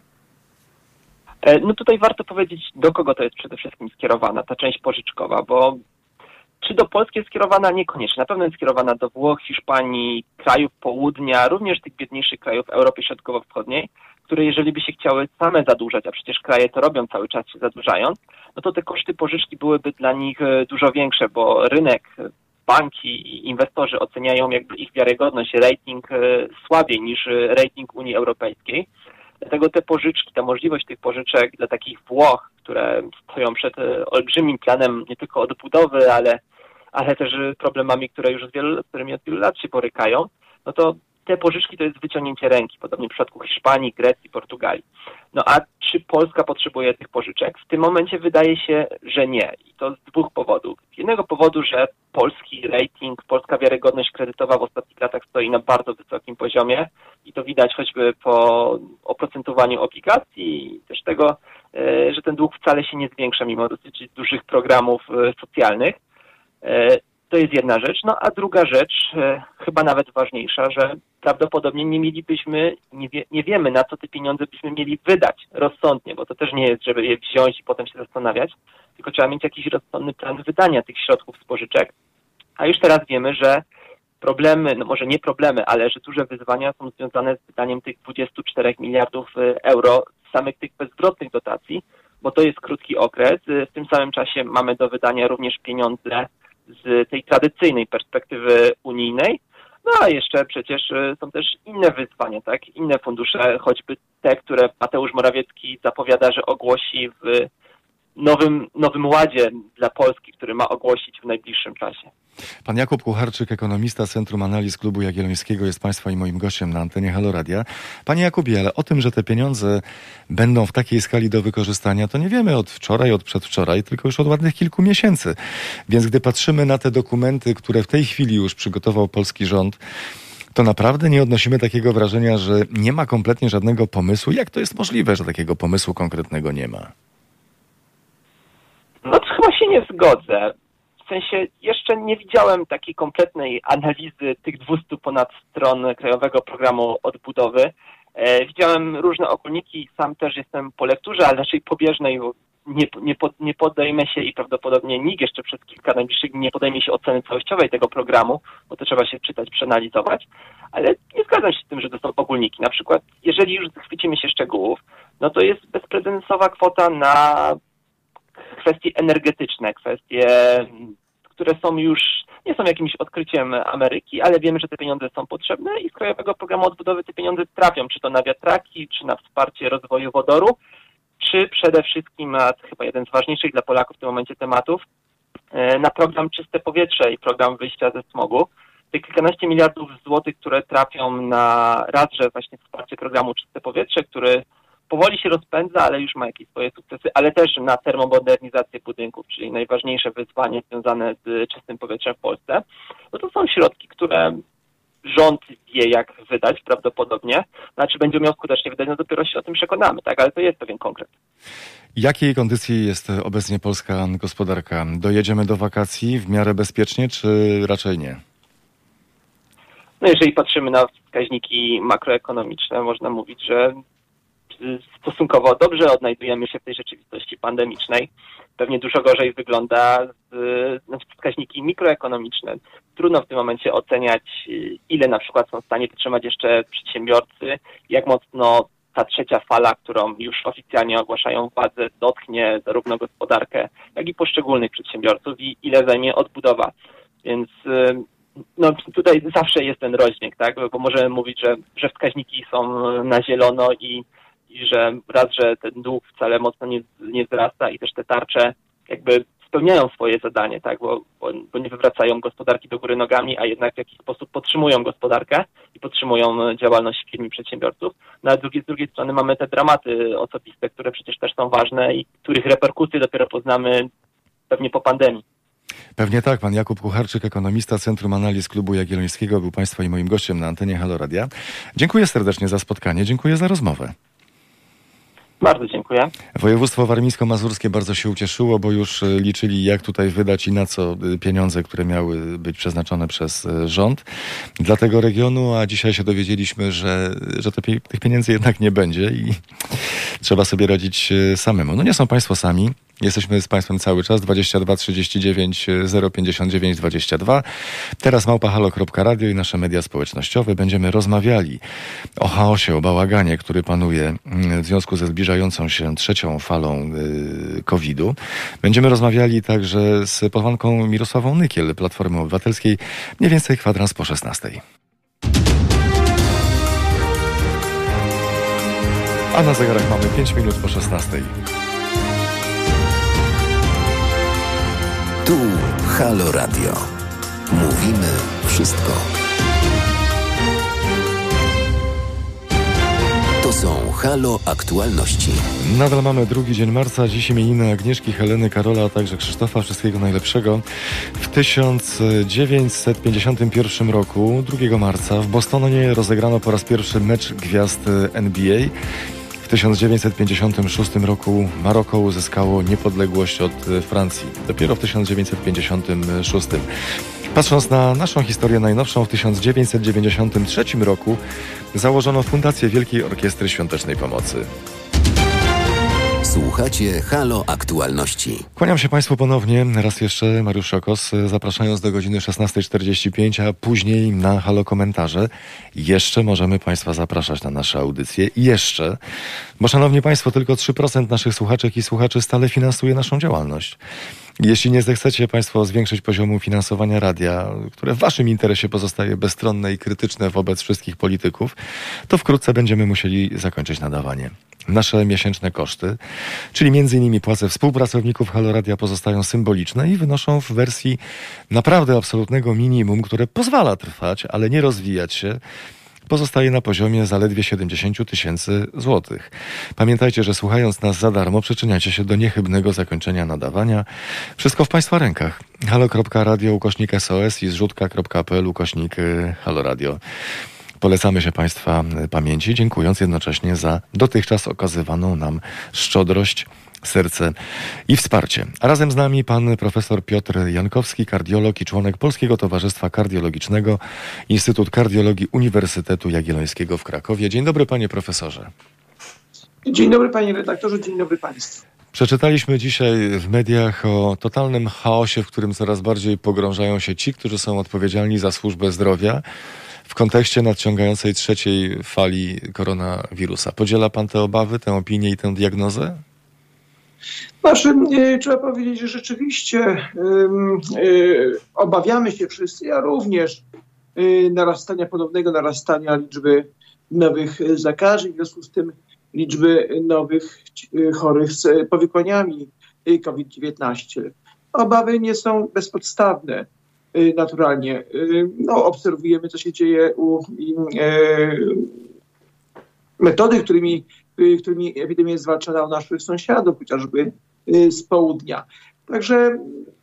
No tutaj warto powiedzieć, do kogo to jest przede wszystkim skierowana ta część pożyczkowa, bo czy do Polski jest skierowana? Niekoniecznie. Na pewno jest skierowana do Włoch, Hiszpanii, krajów południa, również tych biedniejszych krajów Europy Środkowo-Wschodniej, które jeżeli by się chciały same zadłużać, a przecież kraje to robią cały czas się zadłużając, no to te koszty pożyczki byłyby dla nich dużo większe, bo rynek, banki i inwestorzy oceniają jakby ich wiarygodność, rating słabiej niż rating Unii Europejskiej. Dlatego te pożyczki, ta możliwość tych pożyczek dla takich Włoch, które stoją przed olbrzymim planem nie tylko odbudowy, ale też problemami, którymi od wielu lat się borykają, no to te pożyczki to jest wyciągnięcie ręki, podobnie w przypadku Hiszpanii, Grecji, Portugalii. No a czy Polska potrzebuje tych pożyczek? W tym momencie wydaje się, że nie. I to z dwóch powodów. Z jednego powodu, że polski rating, polska wiarygodność kredytowa w ostatnich latach stoi na bardzo wysokim poziomie i to widać choćby po oprocentowaniu obligacji i też tego, że ten dług wcale się nie zwiększa mimo dosyć dużych programów socjalnych. To jest jedna rzecz. No a druga rzecz, chyba nawet ważniejsza, że prawdopodobnie nie wiemy, na co te pieniądze byśmy mieli wydać rozsądnie, bo to też nie jest, żeby je wziąć i potem się zastanawiać, tylko trzeba mieć jakiś rozsądny plan wydania tych środków z pożyczek. A już teraz wiemy, że problemy, no może nie problemy, ale że duże wyzwania są związane z wydaniem tych 24 miliardów euro z samych tych bezzwrotnych dotacji, bo to jest krótki okres. W tym samym czasie mamy do wydania również pieniądze z tej tradycyjnej perspektywy unijnej. No a jeszcze przecież są też inne wyzwania, tak? Inne fundusze, choćby te, które Mateusz Morawiecki zapowiada, że ogłosi w nowym ładzie dla Polski, który ma ogłosić w najbliższym czasie. Pan Jakub Kucharczyk, ekonomista Centrum Analiz Klubu Jagiellońskiego, jest Państwa i moim gościem na antenie Halo Radia. Panie Jakubie, ale o tym, że te pieniądze będą w takiej skali do wykorzystania, to nie wiemy od wczoraj, od przedwczoraj, tylko już od ładnych kilku miesięcy. Więc gdy patrzymy na te dokumenty, które w tej chwili już przygotował polski rząd, to naprawdę nie odnosimy takiego wrażenia, że nie ma kompletnie żadnego pomysłu. Jak to jest możliwe, że takiego pomysłu konkretnego nie ma? No to chyba się nie zgodzę. W sensie jeszcze nie widziałem takiej kompletnej analizy tych 200 ponad stron Krajowego Programu Odbudowy. Widziałem różne ogólniki, sam też jestem po lekturze, ale raczej pobieżnej, bo nie poddajmy się i prawdopodobnie nikt jeszcze przez kilka najbliższych dni nie podejmie się oceny całościowej tego programu, bo to trzeba się czytać, przeanalizować, ale nie zgadzam się z tym, że to są ogólniki. Na przykład, jeżeli już chwycimy się szczegółów, no to jest bezprecedensowa kwota na kwestie energetyczne, kwestie, które są już, nie są jakimś odkryciem Ameryki, ale wiemy, że te pieniądze są potrzebne i z Krajowego Programu Odbudowy te pieniądze trafią, czy to na wiatraki, czy na wsparcie rozwoju wodoru, czy przede wszystkim, a chyba jeden z ważniejszych dla Polaków w tym momencie tematów, na program Czyste Powietrze i program wyjścia ze smogu. Te kilkanaście miliardów złotych, które trafią na raz, że właśnie wsparcie programu Czyste Powietrze, który powoli się rozpędza, ale już ma jakieś swoje sukcesy, ale też na termomodernizację budynków, czyli najważniejsze wyzwanie związane z czystym powietrzem w Polsce. No to są środki, które rząd wie, jak wydać prawdopodobnie. Znaczy będzie miał skutecznie wydać, no dopiero się o tym przekonamy, tak? Ale to jest pewien konkret. Jakiej kondycji jest obecnie polska gospodarka? Dojedziemy do wakacji w miarę bezpiecznie, czy raczej nie? No jeżeli patrzymy na wskaźniki makroekonomiczne, można mówić, że stosunkowo dobrze odnajdujemy się w tej rzeczywistości pandemicznej. Pewnie dużo gorzej wygląda wskaźniki mikroekonomiczne. trudno w tym momencie oceniać, ile na przykład są w stanie wytrzymać jeszcze przedsiębiorcy, jak mocno ta trzecia fala, którą już oficjalnie ogłaszają władze, dotknie zarówno gospodarkę, jak i poszczególnych przedsiębiorców i ile zajmie odbudowa. Więc tutaj zawsze jest ten rozdźwięk, tak? Bo możemy mówić, że wskaźniki są na zielono i że raz, że ten dług wcale mocno nie wzrasta i też te tarcze jakby spełniają swoje zadanie, tak? Bo nie wywracają gospodarki do góry nogami, a jednak w jakiś sposób podtrzymują gospodarkę i podtrzymują działalność firm i przedsiębiorców. No a z drugiej strony mamy te dramaty osobiste, które przecież też są ważne i których reperkusje dopiero poznamy pewnie po pandemii. Pewnie tak. Pan Jakub Kucharczyk, ekonomista Centrum Analiz Klubu Jagiellońskiego, był Państwa i moim gościem na antenie Halo Radia. Dziękuję serdecznie za spotkanie, dziękuję za rozmowę. Bardzo dziękuję. Województwo warmińsko-mazurskie bardzo się ucieszyło, bo już liczyli, jak tutaj wydać i na co pieniądze, które miały być przeznaczone przez rząd dla tego regionu, a dzisiaj się dowiedzieliśmy, że tych pieniędzy jednak nie będzie i trzeba sobie radzić samemu. No nie są Państwo sami. Jesteśmy z Państwem cały czas, 22 39 059 22. Teraz @halo.radio i nasze media społecznościowe. Będziemy rozmawiali o chaosie, o bałaganie, który panuje w związku ze zbliżającą się trzecią falą COVID-u. Będziemy rozmawiali także z posłanką Mirosławą Nykiel, Platformy Obywatelskiej, mniej więcej kwadrans po 16. A na zegarach mamy 5 minut po 16. Tu Halo Radio. Mówimy wszystko. To są Halo Aktualności. Nadal mamy drugi dzień marca. Dziś imieniny Agnieszki, Heleny, Karola, a także Krzysztofa. Wszystkiego najlepszego. W 1951 roku, 2 marca, w Bostonie rozegrano po raz pierwszy mecz gwiazd NBA. W 1956 roku Maroko uzyskało niepodległość od Francji. Dopiero w 1956. Patrząc na naszą historię najnowszą, w 1993 roku założono Fundację Wielkiej Orkiestry Świątecznej Pomocy. Słuchacie Halo Aktualności. Kłaniam się Państwu ponownie. Raz jeszcze Mariusz Szokos, zapraszając do godziny 16:45, a później na Halo Komentarze. Jeszcze możemy Państwa zapraszać na nasze audycje. Jeszcze, bo szanowni Państwo, tylko 3% naszych słuchaczek i słuchaczy stale finansuje naszą działalność. Jeśli nie zechcecie Państwo zwiększyć poziomu finansowania radia, które w Waszym interesie pozostaje bezstronne i krytyczne wobec wszystkich polityków, to wkrótce będziemy musieli zakończyć nadawanie. Nasze miesięczne koszty, czyli m.in. płace współpracowników Halo Radia, pozostają symboliczne i wynoszą w wersji naprawdę absolutnego minimum, które pozwala trwać, ale nie rozwijać się, pozostaje na poziomie zaledwie 70 000 złotych. Pamiętajcie, że słuchając nas za darmo przyczyniacie się do niechybnego zakończenia nadawania. Wszystko w Państwa rękach. halo.radio /SOS i zrzutka.pl /Halo Radio. Polecamy się Państwa pamięci, dziękując jednocześnie za dotychczas okazywaną nam szczodrość, serce i wsparcie. A razem z nami pan profesor Piotr Jankowski, kardiolog i członek Polskiego Towarzystwa Kardiologicznego, Instytut Kardiologii Uniwersytetu Jagiellońskiego w Krakowie. Dzień dobry, panie profesorze. Dzień dobry, panie redaktorze, dzień dobry państwu. Przeczytaliśmy dzisiaj w mediach o totalnym chaosie, w którym coraz bardziej pogrążają się ci, którzy są odpowiedzialni za służbę zdrowia w kontekście nadciągającej trzeciej fali koronawirusa. Podziela pan te obawy, tę opinię i tę diagnozę? Trzeba powiedzieć, że rzeczywiście obawiamy się wszyscy, ja również, ponownego narastania liczby nowych zakażeń, w związku z tym liczby nowych chorych z powikłaniami COVID-19. Obawy nie są bezpodstawne. Naturalnie. Obserwujemy, co się dzieje metody, którymi epidemia jest zwalczana u naszych sąsiadów, chociażby z południa. Także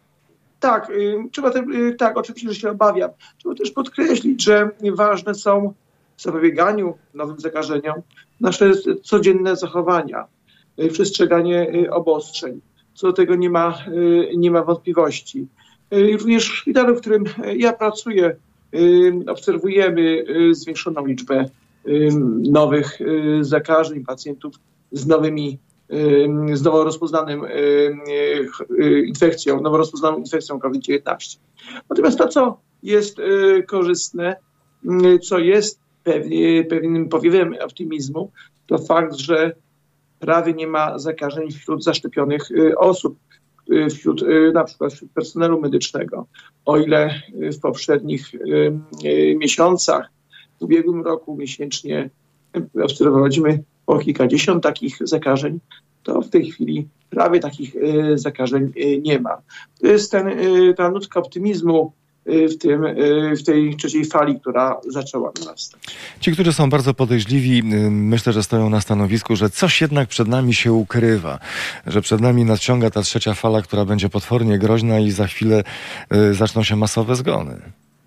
oczywiście, że się obawiam. Trzeba też podkreślić, że ważne są w zapobieganiu nowym zakażeniom nasze codzienne zachowania, przestrzeganie obostrzeń. Co do tego nie ma wątpliwości. Również w szpitalu, w którym ja pracuję, obserwujemy zwiększoną liczbę nowych zakażeń, pacjentów z nowo rozpoznaną infekcją COVID-19. Natomiast to, co jest korzystne, co jest pewnym powiewem optymizmu, to fakt, że prawie nie ma zakażeń wśród zaszczepionych osób, na przykład wśród personelu medycznego. O ile w poprzednich miesiącach, w ubiegłym roku miesięcznie obserwowaliśmy po kilkadziesiąt takich zakażeń, to w tej chwili prawie takich zakażeń nie ma. To jest ta nutka optymizmu w tej trzeciej fali, która zaczęła narastać. Ci, którzy są bardzo podejrzliwi, myślę, że stoją na stanowisku, że coś jednak przed nami się ukrywa, że przed nami nadciąga ta trzecia fala, która będzie potwornie groźna i za chwilę zaczną się masowe zgony.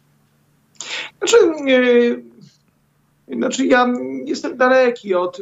Znaczy ja jestem daleki od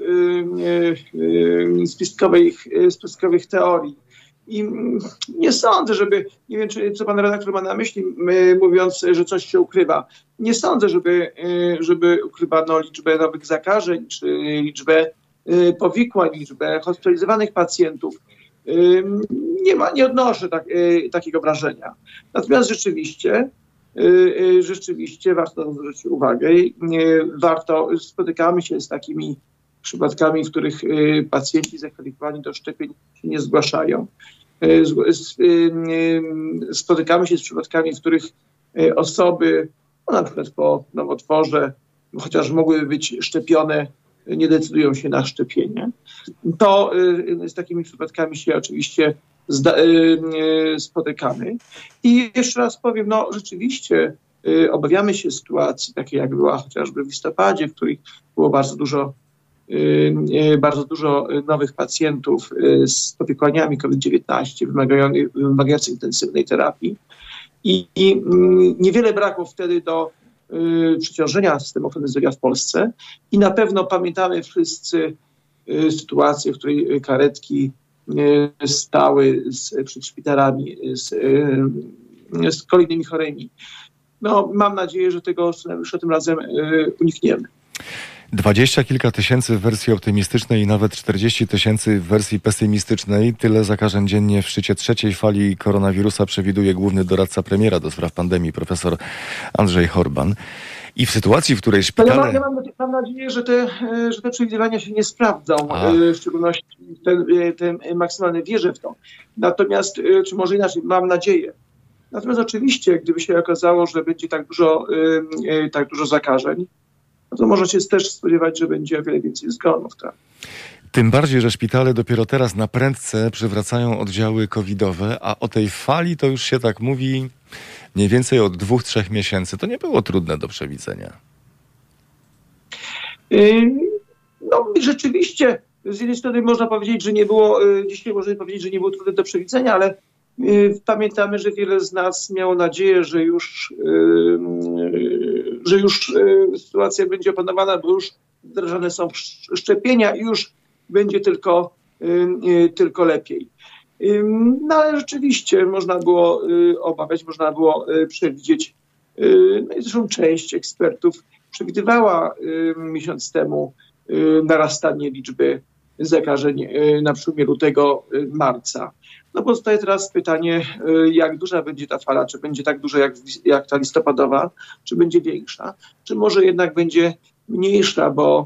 spiskowych teorii. I nie sądzę, nie wiem, co pan redaktor ma na myśli, mówiąc, że coś się ukrywa. Nie sądzę, żeby ukrywano liczbę nowych zakażeń, czy liczbę powikłań, liczbę hospitalizowanych pacjentów. Nie odnoszę takiego wrażenia. Natomiast rzeczywiście warto zwrócić uwagę. Spotykamy się z takimi przypadkami, w których pacjenci zakwalifikowani do szczepień się nie zgłaszają. Spotykamy się z przypadkami, w których osoby, na przykład po nowotworze, chociaż mogłyby być szczepione, nie decydują się na szczepienie. To z takimi przypadkami się oczywiście spotykamy. I jeszcze raz powiem, rzeczywiście obawiamy się sytuacji takiej, jak była chociażby w listopadzie, w której było bardzo dużo nowych pacjentów z powikłaniami COVID-19 wymagających intensywnej terapii i niewiele brakło wtedy do przeciążenia systemu ochrony zdrowia w Polsce i na pewno pamiętamy wszyscy sytuację, w której karetki stały przed szpitalami z kolejnymi chorymi. Mam nadzieję, że tego scenariusza tym razem unikniemy. 20 kilka tysięcy w wersji optymistycznej i nawet 40 000 w wersji pesymistycznej. Tyle zakażeń dziennie w szczycie trzeciej fali koronawirusa przewiduje główny doradca premiera do spraw pandemii, profesor Andrzej Horban. I w sytuacji, w której szpitale... Ja mam nadzieję, że te przewidywania się nie sprawdzą, w szczególności te maksymalne wierzę w to. Natomiast, czy może inaczej, mam nadzieję. Natomiast oczywiście, gdyby się okazało, że będzie tak dużo zakażeń, to można się też spodziewać, że będzie o wiele więcej zgonów. Tak? Tym bardziej, że szpitale dopiero teraz na prędce przywracają oddziały covidowe, a o tej fali to już się tak mówi mniej więcej od 2-3 miesięcy. To nie było trudne do przewidzenia. Rzeczywiście, z jednej strony można powiedzieć, że nie było, dzisiaj możemy powiedzieć, że nie było trudne do przewidzenia, ale pamiętamy, że wiele z nas miało nadzieję, że już sytuacja będzie opanowana, bo już wdrażane są szczepienia i już będzie tylko lepiej. Ale rzeczywiście można było obawiać, można było przewidzieć. I zresztą część ekspertów przewidywała miesiąc temu narastanie liczby zakażeń na przełomie lutego, marca. Pozostaje teraz pytanie, jak duża będzie ta fala, czy będzie tak duża jak ta listopadowa, czy będzie większa, czy może jednak będzie mniejsza, bo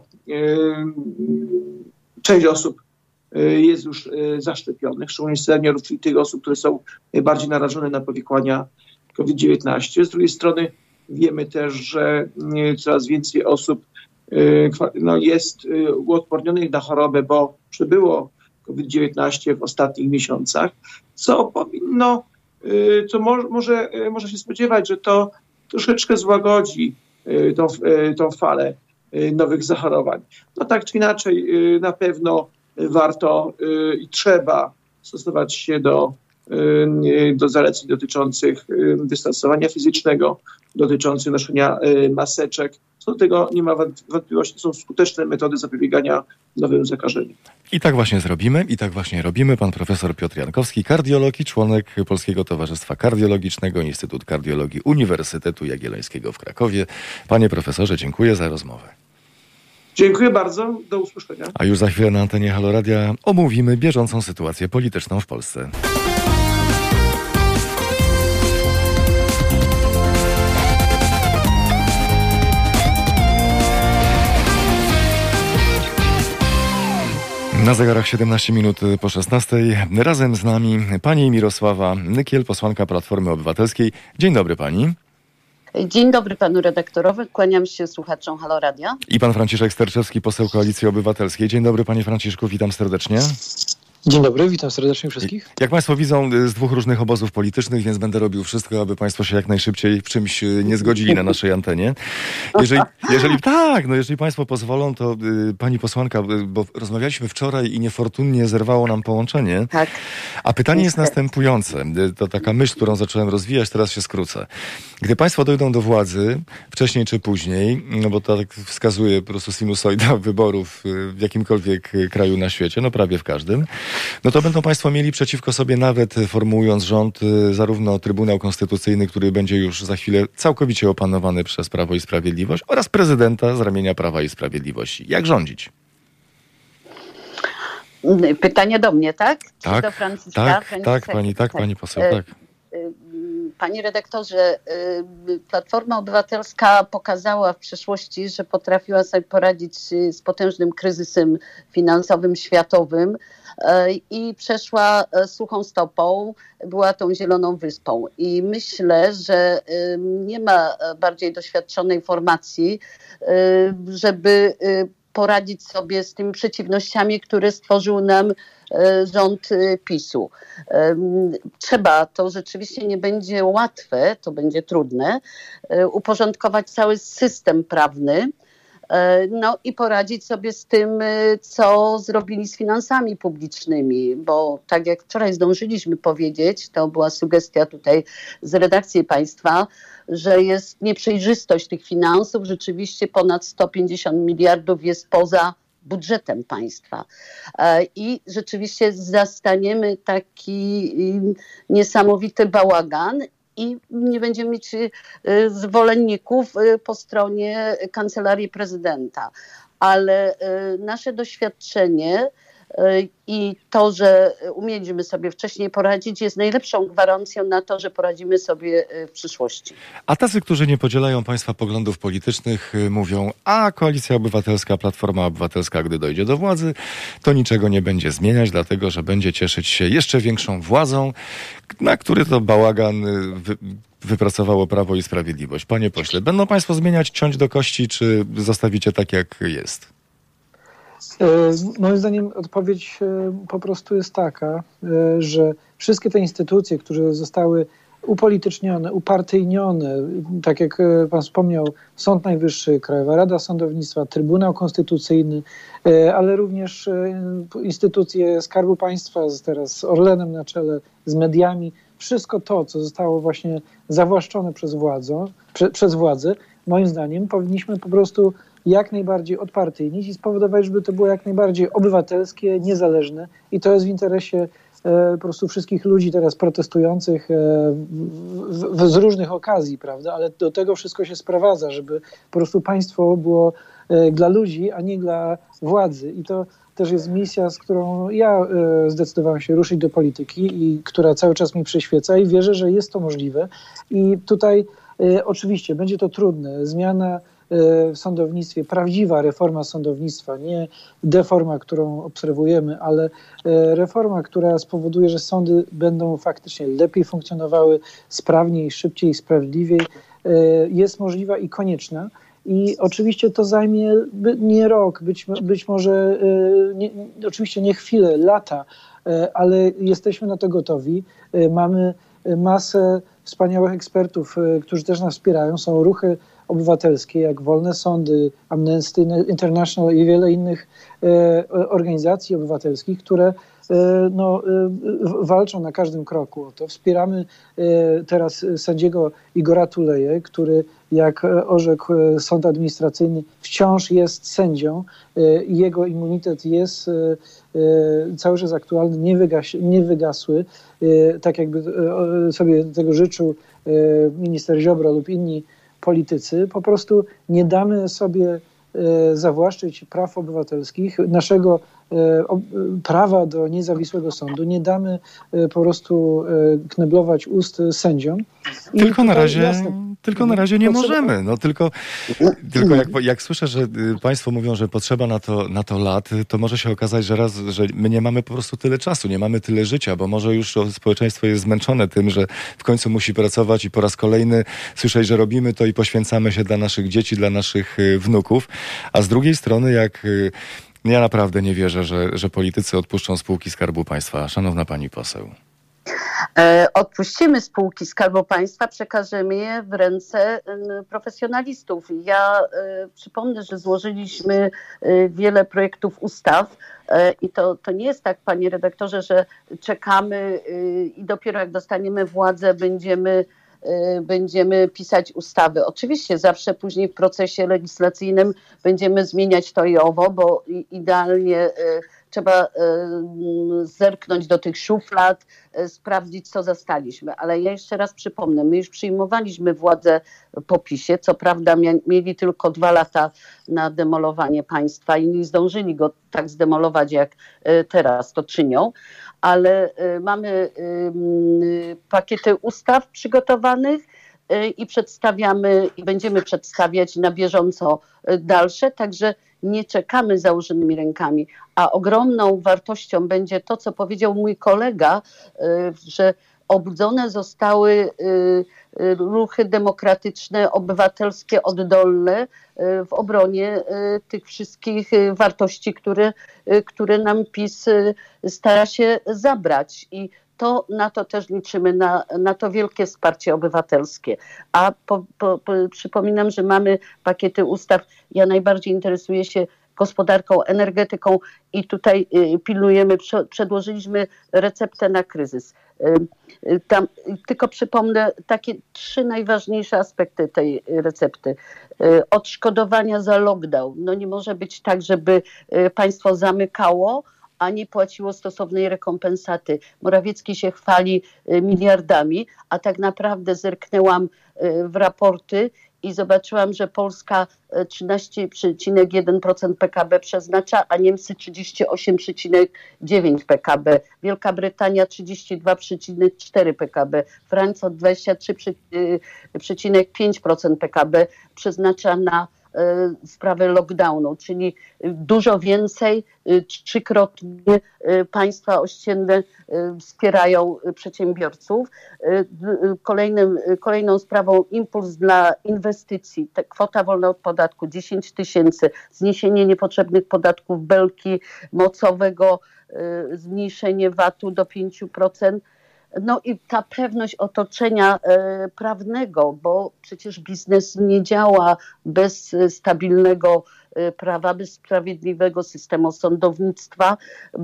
część osób jest już zaszczepionych, szczególnie seniorów, czyli tych osób, które są najbardziej narażone na powikłania COVID-19. Z drugiej strony wiemy też, że coraz więcej osób jest uodpornionych na chorobę, bo przebyło COVID-19 w ostatnich miesiącach, co może się spodziewać, że to troszeczkę złagodzi tą falę nowych zachorowań. Tak czy inaczej, na pewno warto i trzeba stosować się do zaleceń dotyczących dystansowania fizycznego, dotyczących noszenia maseczek. Co do tego nie ma wątpliwości, to są skuteczne metody zapobiegania nowym zakażeniom. I tak właśnie zrobimy, i tak właśnie robimy. Pan profesor Piotr Jankowski, kardiolog i członek Polskiego Towarzystwa Kardiologicznego, Instytut Kardiologii Uniwersytetu Jagiellońskiego w Krakowie. Panie profesorze, dziękuję za rozmowę. Dziękuję bardzo, do usłyszenia. A już za chwilę na antenie Halo Radia omówimy bieżącą sytuację polityczną w Polsce. Na zegarach 17 minut po 16. Razem z nami pani Mirosława Nykiel, posłanka Platformy Obywatelskiej. Dzień dobry pani. Dzień dobry panu redaktorowi, kłaniam się słuchaczom Halo Radia. I pan Franciszek Sterczewski, poseł Koalicji Obywatelskiej. Dzień dobry panie Franciszku, witam serdecznie. Dzień dobry, witam serdecznie wszystkich. Jak państwo widzą, z dwóch różnych obozów politycznych, więc będę robił wszystko, aby państwo się jak najszybciej w czymś nie zgodzili na naszej antenie. Jeżeli państwo pozwolą, to pani posłanka, bo rozmawialiśmy wczoraj i niefortunnie zerwało nam połączenie. Tak. A pytanie jest następujące. To taka myśl, którą zacząłem rozwijać, teraz się skrócę. Gdy państwo dojdą do władzy, wcześniej czy później, no bo to tak wskazuje po prostu sinusoida wyborów w jakimkolwiek kraju na świecie, no prawie w każdym, no to będą państwo mieli przeciwko sobie, nawet formułując rząd, zarówno Trybunał Konstytucyjny, który będzie już za chwilę całkowicie opanowany przez Prawo i Sprawiedliwość, oraz prezydenta z ramienia Prawa i Sprawiedliwości. Jak rządzić? Pytanie do mnie, tak? Czy Tak, do Franciszka? pani poseł, tak. Panie redaktorze, Platforma Obywatelska pokazała w przeszłości, że potrafiła sobie poradzić z potężnym kryzysem finansowym światowym i przeszła suchą stopą, była tą zieloną wyspą. I myślę, że nie ma bardziej doświadczonej formacji, żeby poradzić sobie z tymi przeciwnościami, które stworzył nam rząd PiS-u. To rzeczywiście nie będzie łatwe, to będzie trudne, uporządkować cały system prawny, no i poradzić sobie z tym, co zrobili z finansami publicznymi, bo tak jak wczoraj zdążyliśmy powiedzieć, to była sugestia tutaj z redakcji państwa, że jest nieprzejrzystość tych finansów, rzeczywiście ponad 150 miliardów jest poza budżetem państwa. I rzeczywiście zastaniemy taki niesamowity bałagan i nie będziemy mieć zwolenników po stronie Kancelarii Prezydenta. Ale nasze doświadczenie i to, że umieliśmy sobie wcześniej poradzić, jest najlepszą gwarancją na to, że poradzimy sobie w przyszłości. A tacy, którzy nie podzielają państwa poglądów politycznych, mówią, a Koalicja Obywatelska, Platforma Obywatelska, gdy dojdzie do władzy, to niczego nie będzie zmieniać, dlatego że będzie cieszyć się jeszcze większą władzą, na który to bałagan wypracowało Prawo i Sprawiedliwość. Panie pośle, będą państwo zmieniać, ciąć do kości, czy zostawicie tak, jak jest? Moim zdaniem odpowiedź po prostu jest taka, że wszystkie te instytucje, które zostały upolitycznione, upartyjnione, tak jak pan wspomniał, Sąd Najwyższy, Krajowa Rada Sądownictwa, Trybunał Konstytucyjny, ale również instytucje Skarbu Państwa, teraz z Orlenem na czele, z mediami, wszystko to, co zostało właśnie zawłaszczone przez władzę, moim zdaniem powinniśmy po prostu jak najbardziej odpartyjnić i spowodować, żeby to było jak najbardziej obywatelskie, niezależne i to jest w interesie po prostu wszystkich ludzi teraz protestujących z różnych okazji, prawda, ale do tego wszystko się sprowadza, żeby po prostu państwo było dla ludzi, a nie dla władzy i to też jest misja, z którą ja zdecydowałem się ruszyć do polityki i która cały czas mi przyświeca i wierzę, że jest to możliwe i tutaj oczywiście będzie to trudne, zmiana w sądownictwie, prawdziwa reforma sądownictwa, nie deforma, którą obserwujemy, ale reforma, która spowoduje, że sądy będą faktycznie lepiej funkcjonowały, sprawniej, szybciej, sprawiedliwiej, jest możliwa i konieczna. I oczywiście to zajmie nie rok, być może, oczywiście nie chwilę, lata, ale jesteśmy na to gotowi. Mamy masę wspaniałych ekspertów, którzy też nas wspierają. Są ruchy obywatelskie, jak Wolne Sądy, Amnesty International i wiele innych organizacji obywatelskich, które walczą na każdym kroku o to. Wspieramy teraz sędziego Igora Tuleję, który, jak orzekł sąd administracyjny, wciąż jest sędzią i jego immunitet jest cały czas aktualny, nie wygasły, tak jakby sobie tego życzył minister Ziobro lub inni politycy. Po prostu nie damy sobie zawłaszczyć praw obywatelskich, naszego prawa do niezawisłego sądu. Nie damy po prostu kneblować ust sędziom. Tylko na razie Tylko na razie nie możemy. No tylko jak słyszę, że państwo mówią, że potrzeba na to lat, to może się okazać, że my nie mamy po prostu tyle czasu, nie mamy tyle życia, bo może już społeczeństwo jest zmęczone tym, że w końcu musi pracować i po raz kolejny słyszeć, że robimy to i poświęcamy się dla naszych dzieci, dla naszych wnuków. A z drugiej strony, ja naprawdę nie wierzę, że politycy odpuszczą spółki Skarbu Państwa. Szanowna pani poseł. Odpuścimy spółki Skarbu Państwa, przekażemy je w ręce profesjonalistów. Ja przypomnę, że złożyliśmy wiele projektów ustaw i to nie jest tak, panie redaktorze, że czekamy i dopiero jak dostaniemy władzę, będziemy pisać ustawy. Oczywiście zawsze później w procesie legislacyjnym będziemy zmieniać to i owo, bo idealnie trzeba zerknąć do tych szuflad, sprawdzić, co zastaliśmy. Ale ja jeszcze raz przypomnę, my już przyjmowaliśmy władzę po PiS-ie, co prawda mieli tylko 2 lata na demolowanie państwa i nie zdążyli go tak zdemolować, jak teraz to czynią, ale mamy pakiety ustaw przygotowanych i przedstawiamy i będziemy przedstawiać na bieżąco dalsze, także nie czekamy założonymi rękami, a ogromną wartością będzie to, co powiedział mój kolega, że obudzone zostały ruchy demokratyczne, obywatelskie, oddolne w obronie tych wszystkich wartości, które nam PiS stara się zabrać. I na to też liczymy, na to wielkie wsparcie obywatelskie. A przypominam, że mamy pakiety ustaw. Ja najbardziej interesuję się gospodarką, energetyką i tutaj pilnujemy, przedłożyliśmy receptę na kryzys. Tam tylko przypomnę takie 3 najważniejsze aspekty tej recepty. Odszkodowania za lockdown. No nie może być tak, żeby państwo zamykało, a nie płaciło stosownej rekompensaty. Morawiecki się chwali miliardami, a tak naprawdę zerknęłam w raporty i zobaczyłam, że Polska 13,1% PKB przeznacza, a Niemcy 38,9% PKB. Wielka Brytania 32,4% PKB. Francja 23,5% PKB przeznacza na sprawę lockdownu, czyli dużo więcej, 3-krotnie państwa ościenne wspierają przedsiębiorców. Kolejną sprawą impuls dla inwestycji, kwota wolna od podatku 10 000, zniesienie niepotrzebnych podatków belki mocowego, zmniejszenie VAT-u do 5%. No i ta pewność otoczenia prawnego, bo przecież biznes nie działa bez stabilnego prawa, bez sprawiedliwego systemu sądownictwa,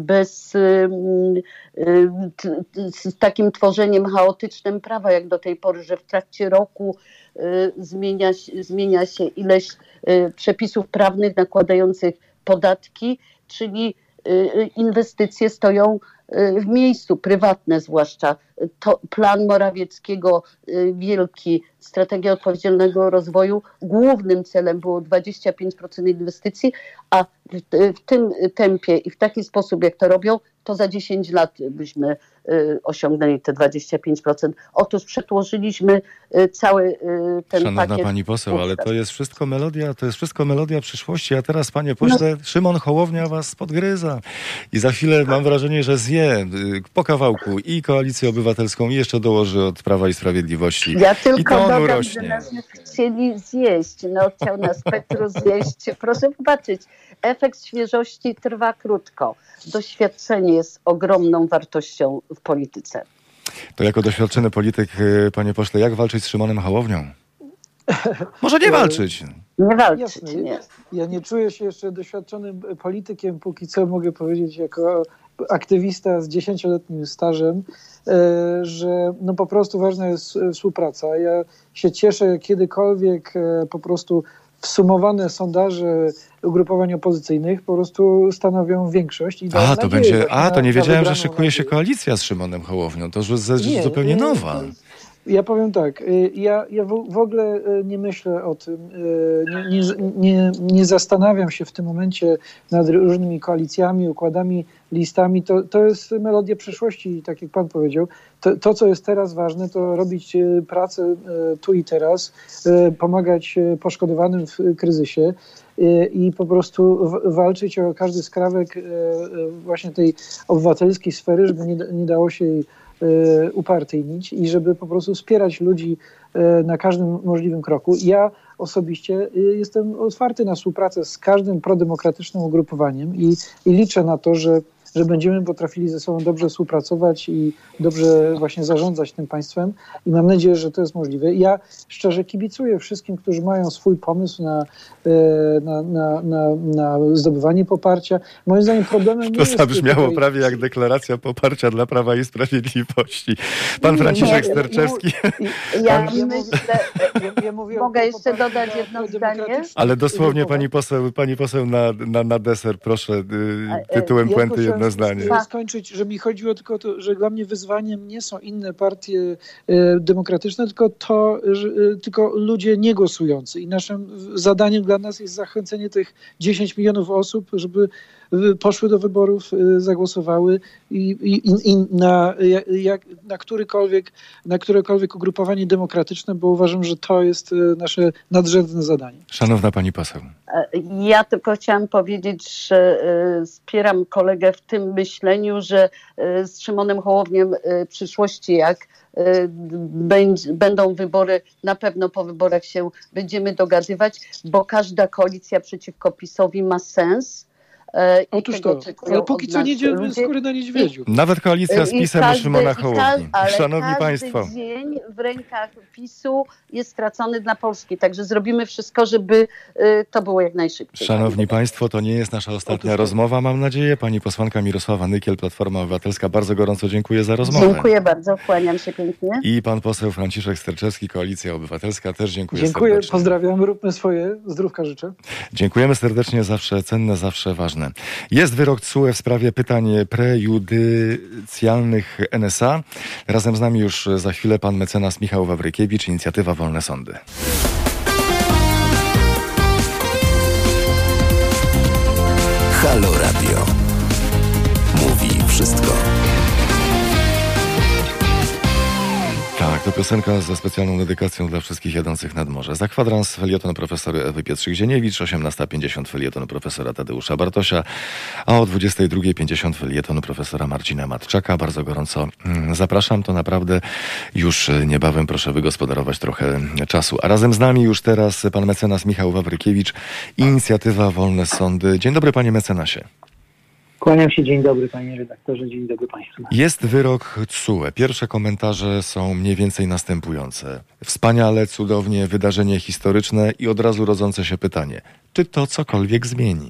z takim tworzeniem chaotycznym prawa, jak do tej pory, że w trakcie roku zmienia się ileś przepisów prawnych nakładających podatki, czyli inwestycje stoją w miejscu, prywatne zwłaszcza. To plan Morawieckiego wielki, strategia odpowiedzialnego rozwoju, głównym celem było 25% inwestycji, a w tym tempie i w taki sposób, jak to robią, to za 10 lat byśmy osiągnęli te 25%. Otóż przedłożyliśmy cały ten Szanowna pakiet. pani poseł, ale to jest wszystko melodia przyszłości, a teraz, panie pośle, Szymon Hołownia was podgryza i za chwilę mam wrażenie, że zje po kawałku i Koalicję Obywatelską i jeszcze dołoży od Prawa i Sprawiedliwości. Ja tylko dodam, rośnie. że nas chcieli zjeść. No, chciał nas Petru zjeść. Proszę zobaczyć, efekt świeżości trwa krótko. Doświadczenie jest ogromną wartością w polityce. To jako doświadczony polityk, panie pośle, jak walczyć z Szymonem Hołownią? Może nie walczyć. Nie walczyć, Jasne. nie. Ja nie czuję się jeszcze doświadczonym politykiem, póki co mogę powiedzieć jako aktywista z 10-letnim stażem, że no po prostu ważna jest współpraca. Ja się cieszę, kiedykolwiek po prostu wsumowane sondaże ugrupowań opozycyjnych po prostu stanowią większość. To nie wiedziałem, że szykuje się koalicja z Szymonem Hołownią. To już rzecz zupełnie nowa. Ja powiem tak, ja w ogóle nie myślę o tym, nie zastanawiam się w tym momencie nad różnymi koalicjami, układami, listami. To jest melodia przyszłości, tak jak pan powiedział. To, co jest teraz ważne, to robić pracę tu i teraz, pomagać poszkodowanym w kryzysie i po prostu walczyć o każdy skrawek właśnie tej obywatelskiej sfery, żeby nie dało się jej upartyjnić i żeby po prostu wspierać ludzi na każdym możliwym kroku. Ja osobiście jestem otwarty na współpracę z każdym prodemokratycznym ugrupowaniem i liczę na to, że będziemy potrafili ze sobą dobrze współpracować i dobrze właśnie zarządzać tym państwem i mam nadzieję, że to jest możliwe. Ja szczerze kibicuję wszystkim, którzy mają swój pomysł na zdobywanie poparcia. Moim zdaniem problemem nie jest... To zabrzmiało prawie jak deklaracja poparcia dla Prawa i Sprawiedliwości. Pan Franciszek Sterczewski. Mogę jeszcze dodać jedno zdanie? Ale dosłownie pani poseł na deser, proszę, tytułem puenty jedno zdanie. Skończyć, że mi chodziło tylko o to, że dla mnie wyzwaniem nie są inne partie demokratyczne, tylko ludzie niegłosujący. I naszym zadaniem dla nas jest zachęcenie tych 10 milionów osób, żeby poszły do wyborów, zagłosowały i na którekolwiek ugrupowanie demokratyczne, bo uważam, że to jest nasze nadrzędne zadanie. Szanowna pani poseł. Ja tylko chciałam powiedzieć, że wspieram kolegę w tym myśleniu, że z Szymonem Hołowniem w przyszłości, jak będą wybory, na pewno po wyborach się będziemy dogadywać, bo każda koalicja przeciwko PiS-owi ma sens. Otóż to, ale póki co nie idziemy z góry na niedźwiedziu. Nawet koalicja z PiS-em Szymona Hołowni. Szanowni Państwo. Każdy dzień w rękach PiS-u jest stracony dla Polski, także zrobimy wszystko, żeby to było jak najszybciej. Szanowni Państwo, to nie jest nasza ostatnia rozmowa, mam nadzieję. Pani posłanka Mirosława Nykiel, Platforma Obywatelska, bardzo gorąco dziękuję za rozmowę. Dziękuję bardzo, kłaniam się pięknie. I pan poseł Franciszek Sterczewski, Koalicja Obywatelska, też dziękuję serdecznie. Pozdrawiam, róbmy swoje, zdrówka życzę. Dziękujemy serdecznie, zawsze cenne, zawsze ważne. Jest wyrok TSUE w sprawie pytań prejudycjalnych NSA. Razem z nami już za chwilę pan mecenas Michał Wawrykiewicz, Inicjatywa Wolne Sądy. Halo Radio. Mówi wszystko. Tak, to piosenka ze specjalną dedykacją dla wszystkich jadących nad morze. Za kwadrans felieton profesory Ewy Pietrzyk-Zieniewicz, 18:50 felieton profesora Tadeusza Bartosia, a o 22:50 felieton profesora Marcina Matczaka. Bardzo gorąco zapraszam, to naprawdę już niebawem proszę wygospodarować trochę czasu. A razem z nami już teraz pan mecenas Michał Wawrykiewicz, Inicjatywa Wolne Sądy. Dzień dobry panie mecenasie. Kłaniam się, dzień dobry panie redaktorze, dzień dobry państwu. Jest wyrok TSUE. Pierwsze komentarze są mniej więcej następujące. Wspaniale, cudownie, wydarzenie historyczne i od razu rodzące się pytanie, czy to cokolwiek zmieni?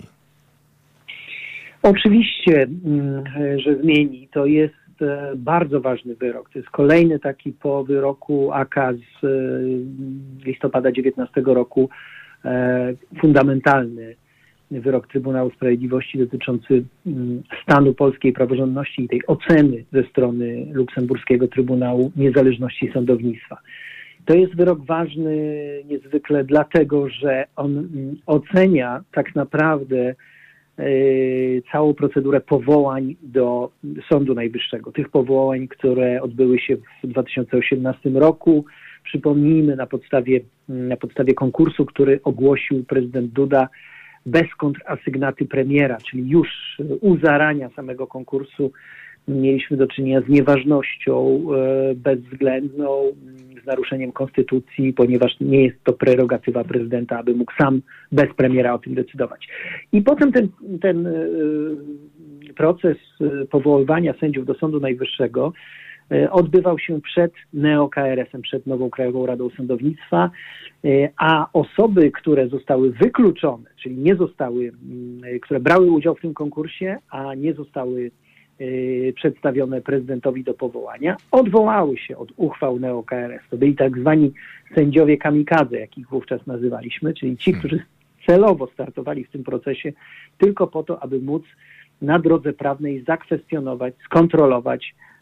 Oczywiście, że zmieni. To jest bardzo ważny wyrok. To jest kolejny taki po wyroku AK z listopada 2019 roku, fundamentalny wyrok Trybunału Sprawiedliwości dotyczący stanu polskiej praworządności i tej oceny ze strony luksemburskiego Trybunału Niezależności Sądownictwa. To jest wyrok ważny niezwykle dlatego, że on ocenia tak naprawdę całą procedurę powołań do Sądu Najwyższego. Tych powołań, które odbyły się w 2018 roku. Przypomnijmy, na podstawie konkursu, który ogłosił prezydent Duda, bez kontrasygnaty premiera, czyli już u zarania samego konkursu mieliśmy do czynienia z nieważnością bezwzględną, z naruszeniem konstytucji, ponieważ nie jest to prerogatywa prezydenta, aby mógł sam bez premiera o tym decydować. I potem ten proces powoływania sędziów do Sądu Najwyższego odbywał się przed neo-KRS-em, przed nową Krajową Radą Sądownictwa, a osoby, które zostały wykluczone, czyli nie zostały, które brały udział w tym konkursie, a nie zostały przedstawione prezydentowi do powołania, odwołały się od uchwał neo-KRS. To byli tak zwani sędziowie kamikadze, jak ich wówczas nazywaliśmy, czyli ci, którzy celowo startowali w tym procesie tylko po to, aby móc na drodze prawnej zakwestionować, skontrolować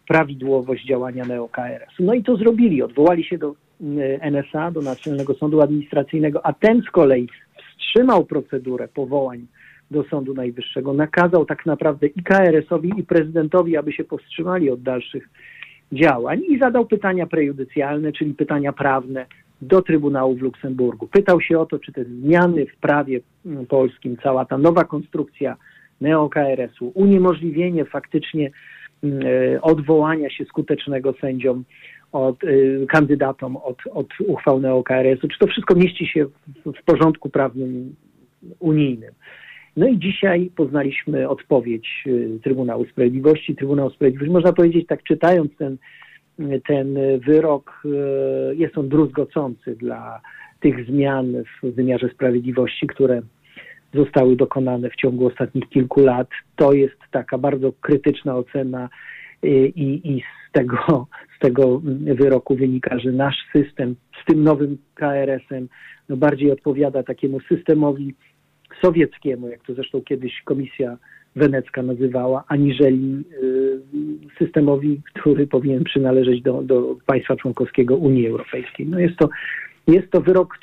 prawidłowość działania neo-KRS-u. No i to zrobili, odwołali się do NSA, do Naczelnego Sądu Administracyjnego, a ten z kolei wstrzymał procedurę powołań do Sądu Najwyższego, nakazał tak naprawdę i KRS-owi, i prezydentowi, aby się powstrzymali od dalszych działań i zadał pytania prejudycjalne, czyli pytania prawne do Trybunału w Luksemburgu. Pytał się o to, czy te zmiany w prawie polskim, cała ta nowa konstrukcja neo-KRS-u, uniemożliwienie faktycznie odwołania się skutecznego sędziom kandydatom od uchwał neo-KRS-u, czy to wszystko mieści się w porządku prawnym unijnym. No i dzisiaj poznaliśmy odpowiedź Trybunału Sprawiedliwości. Trybunał Sprawiedliwości, można powiedzieć tak, czytając ten wyrok, jest on druzgocący dla tych zmian w wymiarze sprawiedliwości, które zostały dokonane w ciągu ostatnich kilku lat. To jest taka bardzo krytyczna ocena i z tego wyroku wynika, że nasz system z tym nowym KRS-em bardziej odpowiada takiemu systemowi sowieckiemu, jak to zresztą kiedyś Komisja Wenecka nazywała, aniżeli systemowi, który powinien przynależeć do państwa członkowskiego Unii Europejskiej. No jest to wyrok,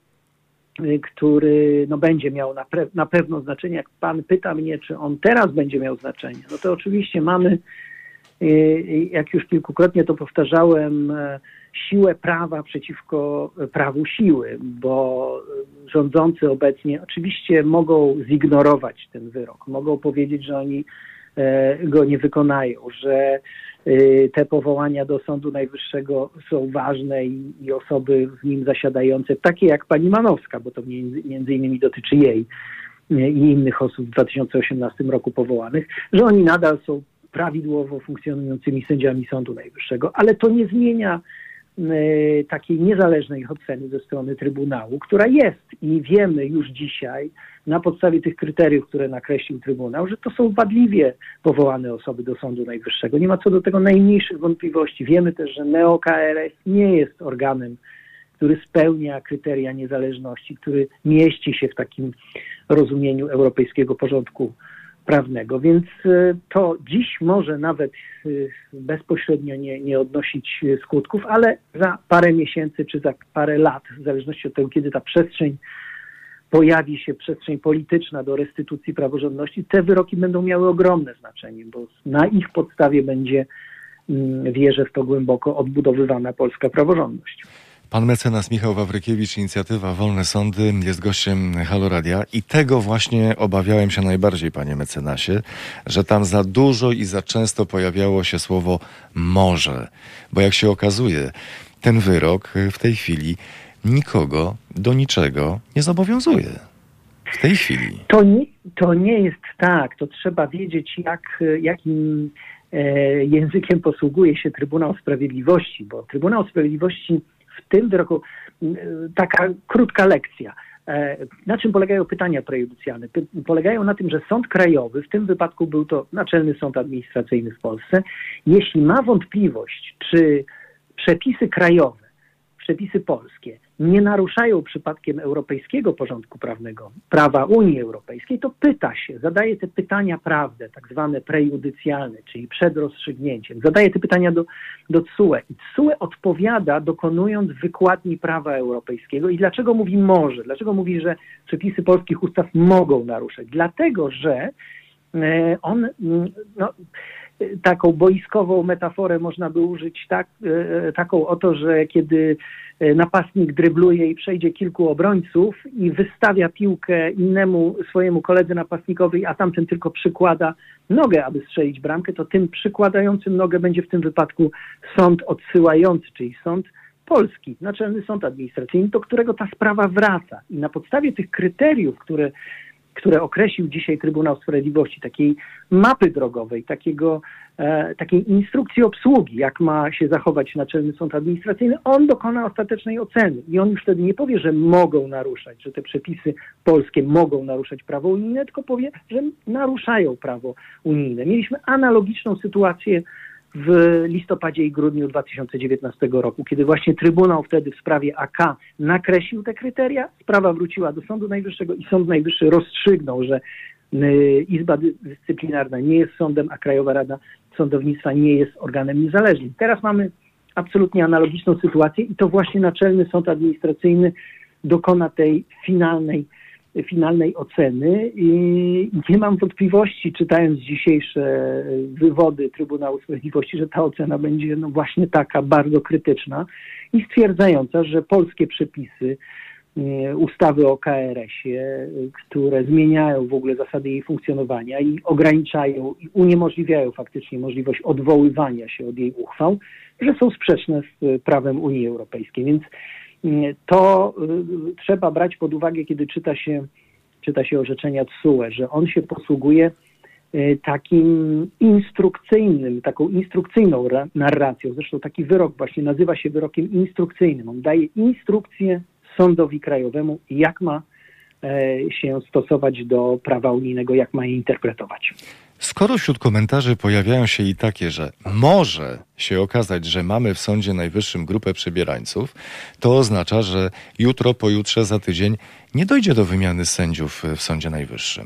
który będzie miał na pewno znaczenie. Jak pan pyta mnie, czy on teraz będzie miał znaczenie, no to oczywiście mamy, jak już kilkukrotnie to powtarzałem, siłę prawa przeciwko prawu siły, bo rządzący obecnie oczywiście mogą zignorować ten wyrok, mogą powiedzieć, że oni go nie wykonają, że te powołania do Sądu Najwyższego są ważne i osoby w nim zasiadające, takie jak pani Manowska, bo to między innymi dotyczy jej i innych osób w 2018 roku powołanych, że oni nadal są prawidłowo funkcjonującymi sędziami Sądu Najwyższego, ale to nie zmienia takiej niezależnej oceny ze strony Trybunału, która jest i wiemy już dzisiaj na podstawie tych kryteriów, które nakreślił Trybunał, że to są wadliwie powołane osoby do Sądu Najwyższego. Nie ma co do tego najmniejszych wątpliwości. Wiemy też, że neo-KRS nie jest organem, który spełnia kryteria niezależności, który mieści się w takim rozumieniu europejskiego porządku prawnego, więc to dziś może nawet bezpośrednio nie odnosić skutków, ale za parę miesięcy czy za parę lat, w zależności od tego, kiedy ta przestrzeń pojawi się, przestrzeń polityczna do restytucji praworządności, te wyroki będą miały ogromne znaczenie, bo na ich podstawie będzie, wierzę w to głęboko, odbudowywana polska praworządność. Pan mecenas Michał Wawrykiewicz, inicjatywa Wolne Sądy, jest gościem Halo Radia i tego właśnie obawiałem się najbardziej, panie mecenasie, że tam za dużo i za często pojawiało się słowo może, bo jak się okazuje, ten wyrok w tej chwili nikogo do niczego nie zobowiązuje. W tej chwili. To nie jest tak. To trzeba wiedzieć, jakim językiem posługuje się Trybunał Sprawiedliwości, bo Trybunał Sprawiedliwości w tym wyroku, taka krótka lekcja. Na czym polegają pytania prejudycjalne? Polegają na tym, że Sąd Krajowy, w tym wypadku był to Naczelny Sąd Administracyjny w Polsce, jeśli ma wątpliwość, czy przepisy krajowe, przepisy polskie nie naruszają przypadkiem europejskiego porządku prawnego, prawa Unii Europejskiej, to pyta się, zadaje te pytania prawne, tak zwane prejudycjalne, czyli przed rozstrzygnięciem. Zadaje te pytania do TSUE i TSUE odpowiada, dokonując wykładni prawa europejskiego. I dlaczego mówi może? Dlaczego mówi, że przepisy polskich ustaw mogą naruszać? Dlatego, że on, taką boiskową metaforę można by użyć taką oto, że kiedy napastnik drybluje i przejdzie kilku obrońców i wystawia piłkę innemu swojemu koledze napastnikowi, a tamten tylko przykłada nogę, aby strzelić bramkę, to tym przykładającym nogę będzie w tym wypadku sąd odsyłający, czyli sąd polski, Naczelny Sąd Administracyjny, do którego ta sprawa wraca. I na podstawie tych kryteriów, które określił dzisiaj Trybunał Sprawiedliwości, takiej mapy drogowej, takiej instrukcji obsługi, jak ma się zachować Naczelny Sąd Administracyjny, on dokona ostatecznej oceny i on już wtedy nie powie, że mogą naruszać, że te przepisy polskie mogą naruszać prawo unijne, tylko powie, że naruszają prawo unijne. Mieliśmy analogiczną sytuację w listopadzie i grudniu 2019 roku, kiedy właśnie Trybunał wtedy w sprawie AK nakreślił te kryteria, sprawa wróciła do Sądu Najwyższego i Sąd Najwyższy rozstrzygnął, że Izba Dyscyplinarna nie jest sądem, a Krajowa Rada Sądownictwa nie jest organem niezależnym. Teraz mamy absolutnie analogiczną sytuację i to właśnie Naczelny Sąd Administracyjny dokona tej finalnej oceny i nie mam wątpliwości, czytając dzisiejsze wywody Trybunału Sprawiedliwości, że ta ocena będzie właśnie taka bardzo krytyczna i stwierdzająca, że polskie przepisy ustawy o KRS-ie, które zmieniają w ogóle zasady jej funkcjonowania i ograniczają i uniemożliwiają faktycznie możliwość odwoływania się od jej uchwał, że są sprzeczne z prawem Unii Europejskiej. Więc to trzeba brać pod uwagę, kiedy czyta się orzeczenia TSUE, że on się posługuje taką instrukcyjną narracją. Zresztą taki wyrok właśnie nazywa się wyrokiem instrukcyjnym. On daje instrukcję sądowi krajowemu, jak ma się stosować do prawa unijnego, jak ma je interpretować. Skoro wśród komentarzy pojawiają się i takie, że może się okazać, że mamy w Sądzie Najwyższym grupę przebierańców, to oznacza, że jutro, pojutrze, za tydzień nie dojdzie do wymiany sędziów w Sądzie Najwyższym.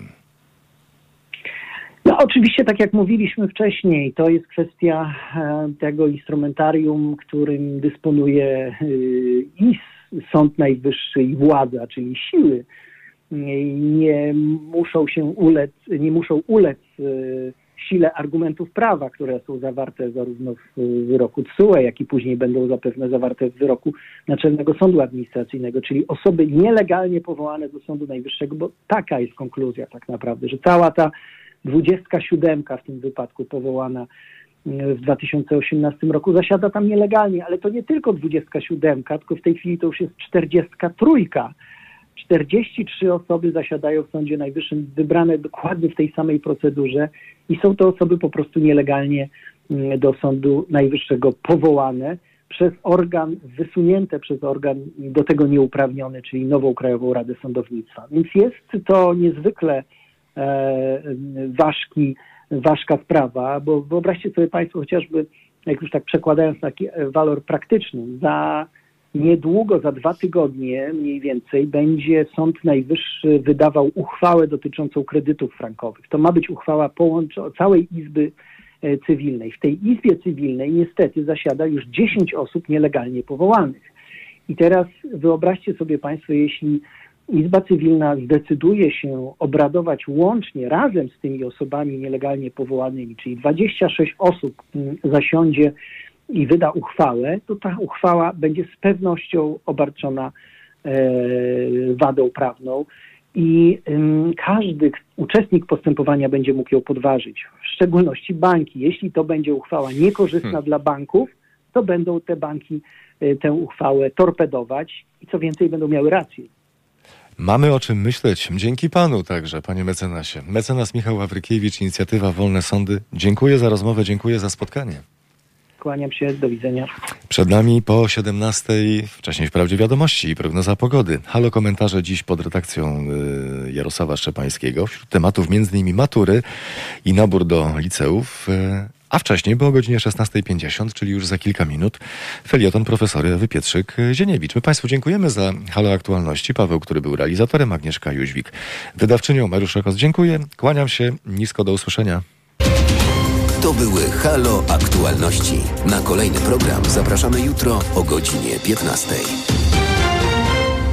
No oczywiście, tak jak mówiliśmy wcześniej, to jest kwestia tego instrumentarium, którym dysponuje i Sąd Najwyższy i władza, czyli siły. Nie muszą ulec sile argumentów prawa, które są zawarte zarówno w wyroku TSUE, jak i później będą zapewne zawarte w wyroku Naczelnego Sądu Administracyjnego, czyli osoby nielegalnie powołane do Sądu Najwyższego, bo taka jest konkluzja tak naprawdę, że cała ta 27 w tym wypadku powołana w 2018 roku zasiada tam nielegalnie, ale to nie tylko 27, tylko w tej chwili to już jest 43. 43 osoby zasiadają w Sądzie Najwyższym, wybrane dokładnie w tej samej procedurze i są to osoby po prostu nielegalnie do Sądu Najwyższego powołane przez organ, wysunięte przez organ do tego nieuprawniony, czyli nową Krajową Radę Sądownictwa. Więc jest to niezwykle ważka sprawa, bo wyobraźcie sobie Państwo chociażby, jak już tak przekładając na taki walor praktyczny, niedługo, za 2 tygodnie mniej więcej, będzie Sąd Najwyższy wydawał uchwałę dotyczącą kredytów frankowych. To ma być uchwała całej Izby Cywilnej. W tej Izbie Cywilnej niestety zasiada już 10 osób nielegalnie powołanych. I teraz wyobraźcie sobie Państwo, jeśli Izba Cywilna zdecyduje się obradować łącznie razem z tymi osobami nielegalnie powołanymi, czyli 26 osób zasiądzie i wyda uchwałę, to ta uchwała będzie z pewnością obarczona wadą prawną i każdy uczestnik postępowania będzie mógł ją podważyć, w szczególności banki. Jeśli to będzie uchwała niekorzystna dla banków, to będą te banki tę uchwałę torpedować i co więcej będą miały rację. Mamy o czym myśleć. Dzięki panu także, panie mecenasie. Mecenas Michał Wawrykiewicz, Inicjatywa Wolne Sądy. Dziękuję za rozmowę, dziękuję za spotkanie. Kłaniam się, do widzenia. Przed nami po 17:00, wcześniej wprawdzie wiadomości i prognoza pogody. Halo komentarze dziś pod redakcją Jarosława Szczepańskiego. Wśród tematów m.in. matury i nabór do liceów. A wcześniej, bo o godzinie 16:50, czyli już za kilka minut, felieton profesory Ewy Pietrzyk-Zieniewicz. My Państwu dziękujemy za Halo Aktualności. Paweł, który był realizatorem, Agnieszka Jóźwik, wydawczynią, Mariusz Rokos. Dziękuję, kłaniam się nisko, do usłyszenia. To były Halo Aktualności. Na kolejny program zapraszamy jutro o godzinie 15:00.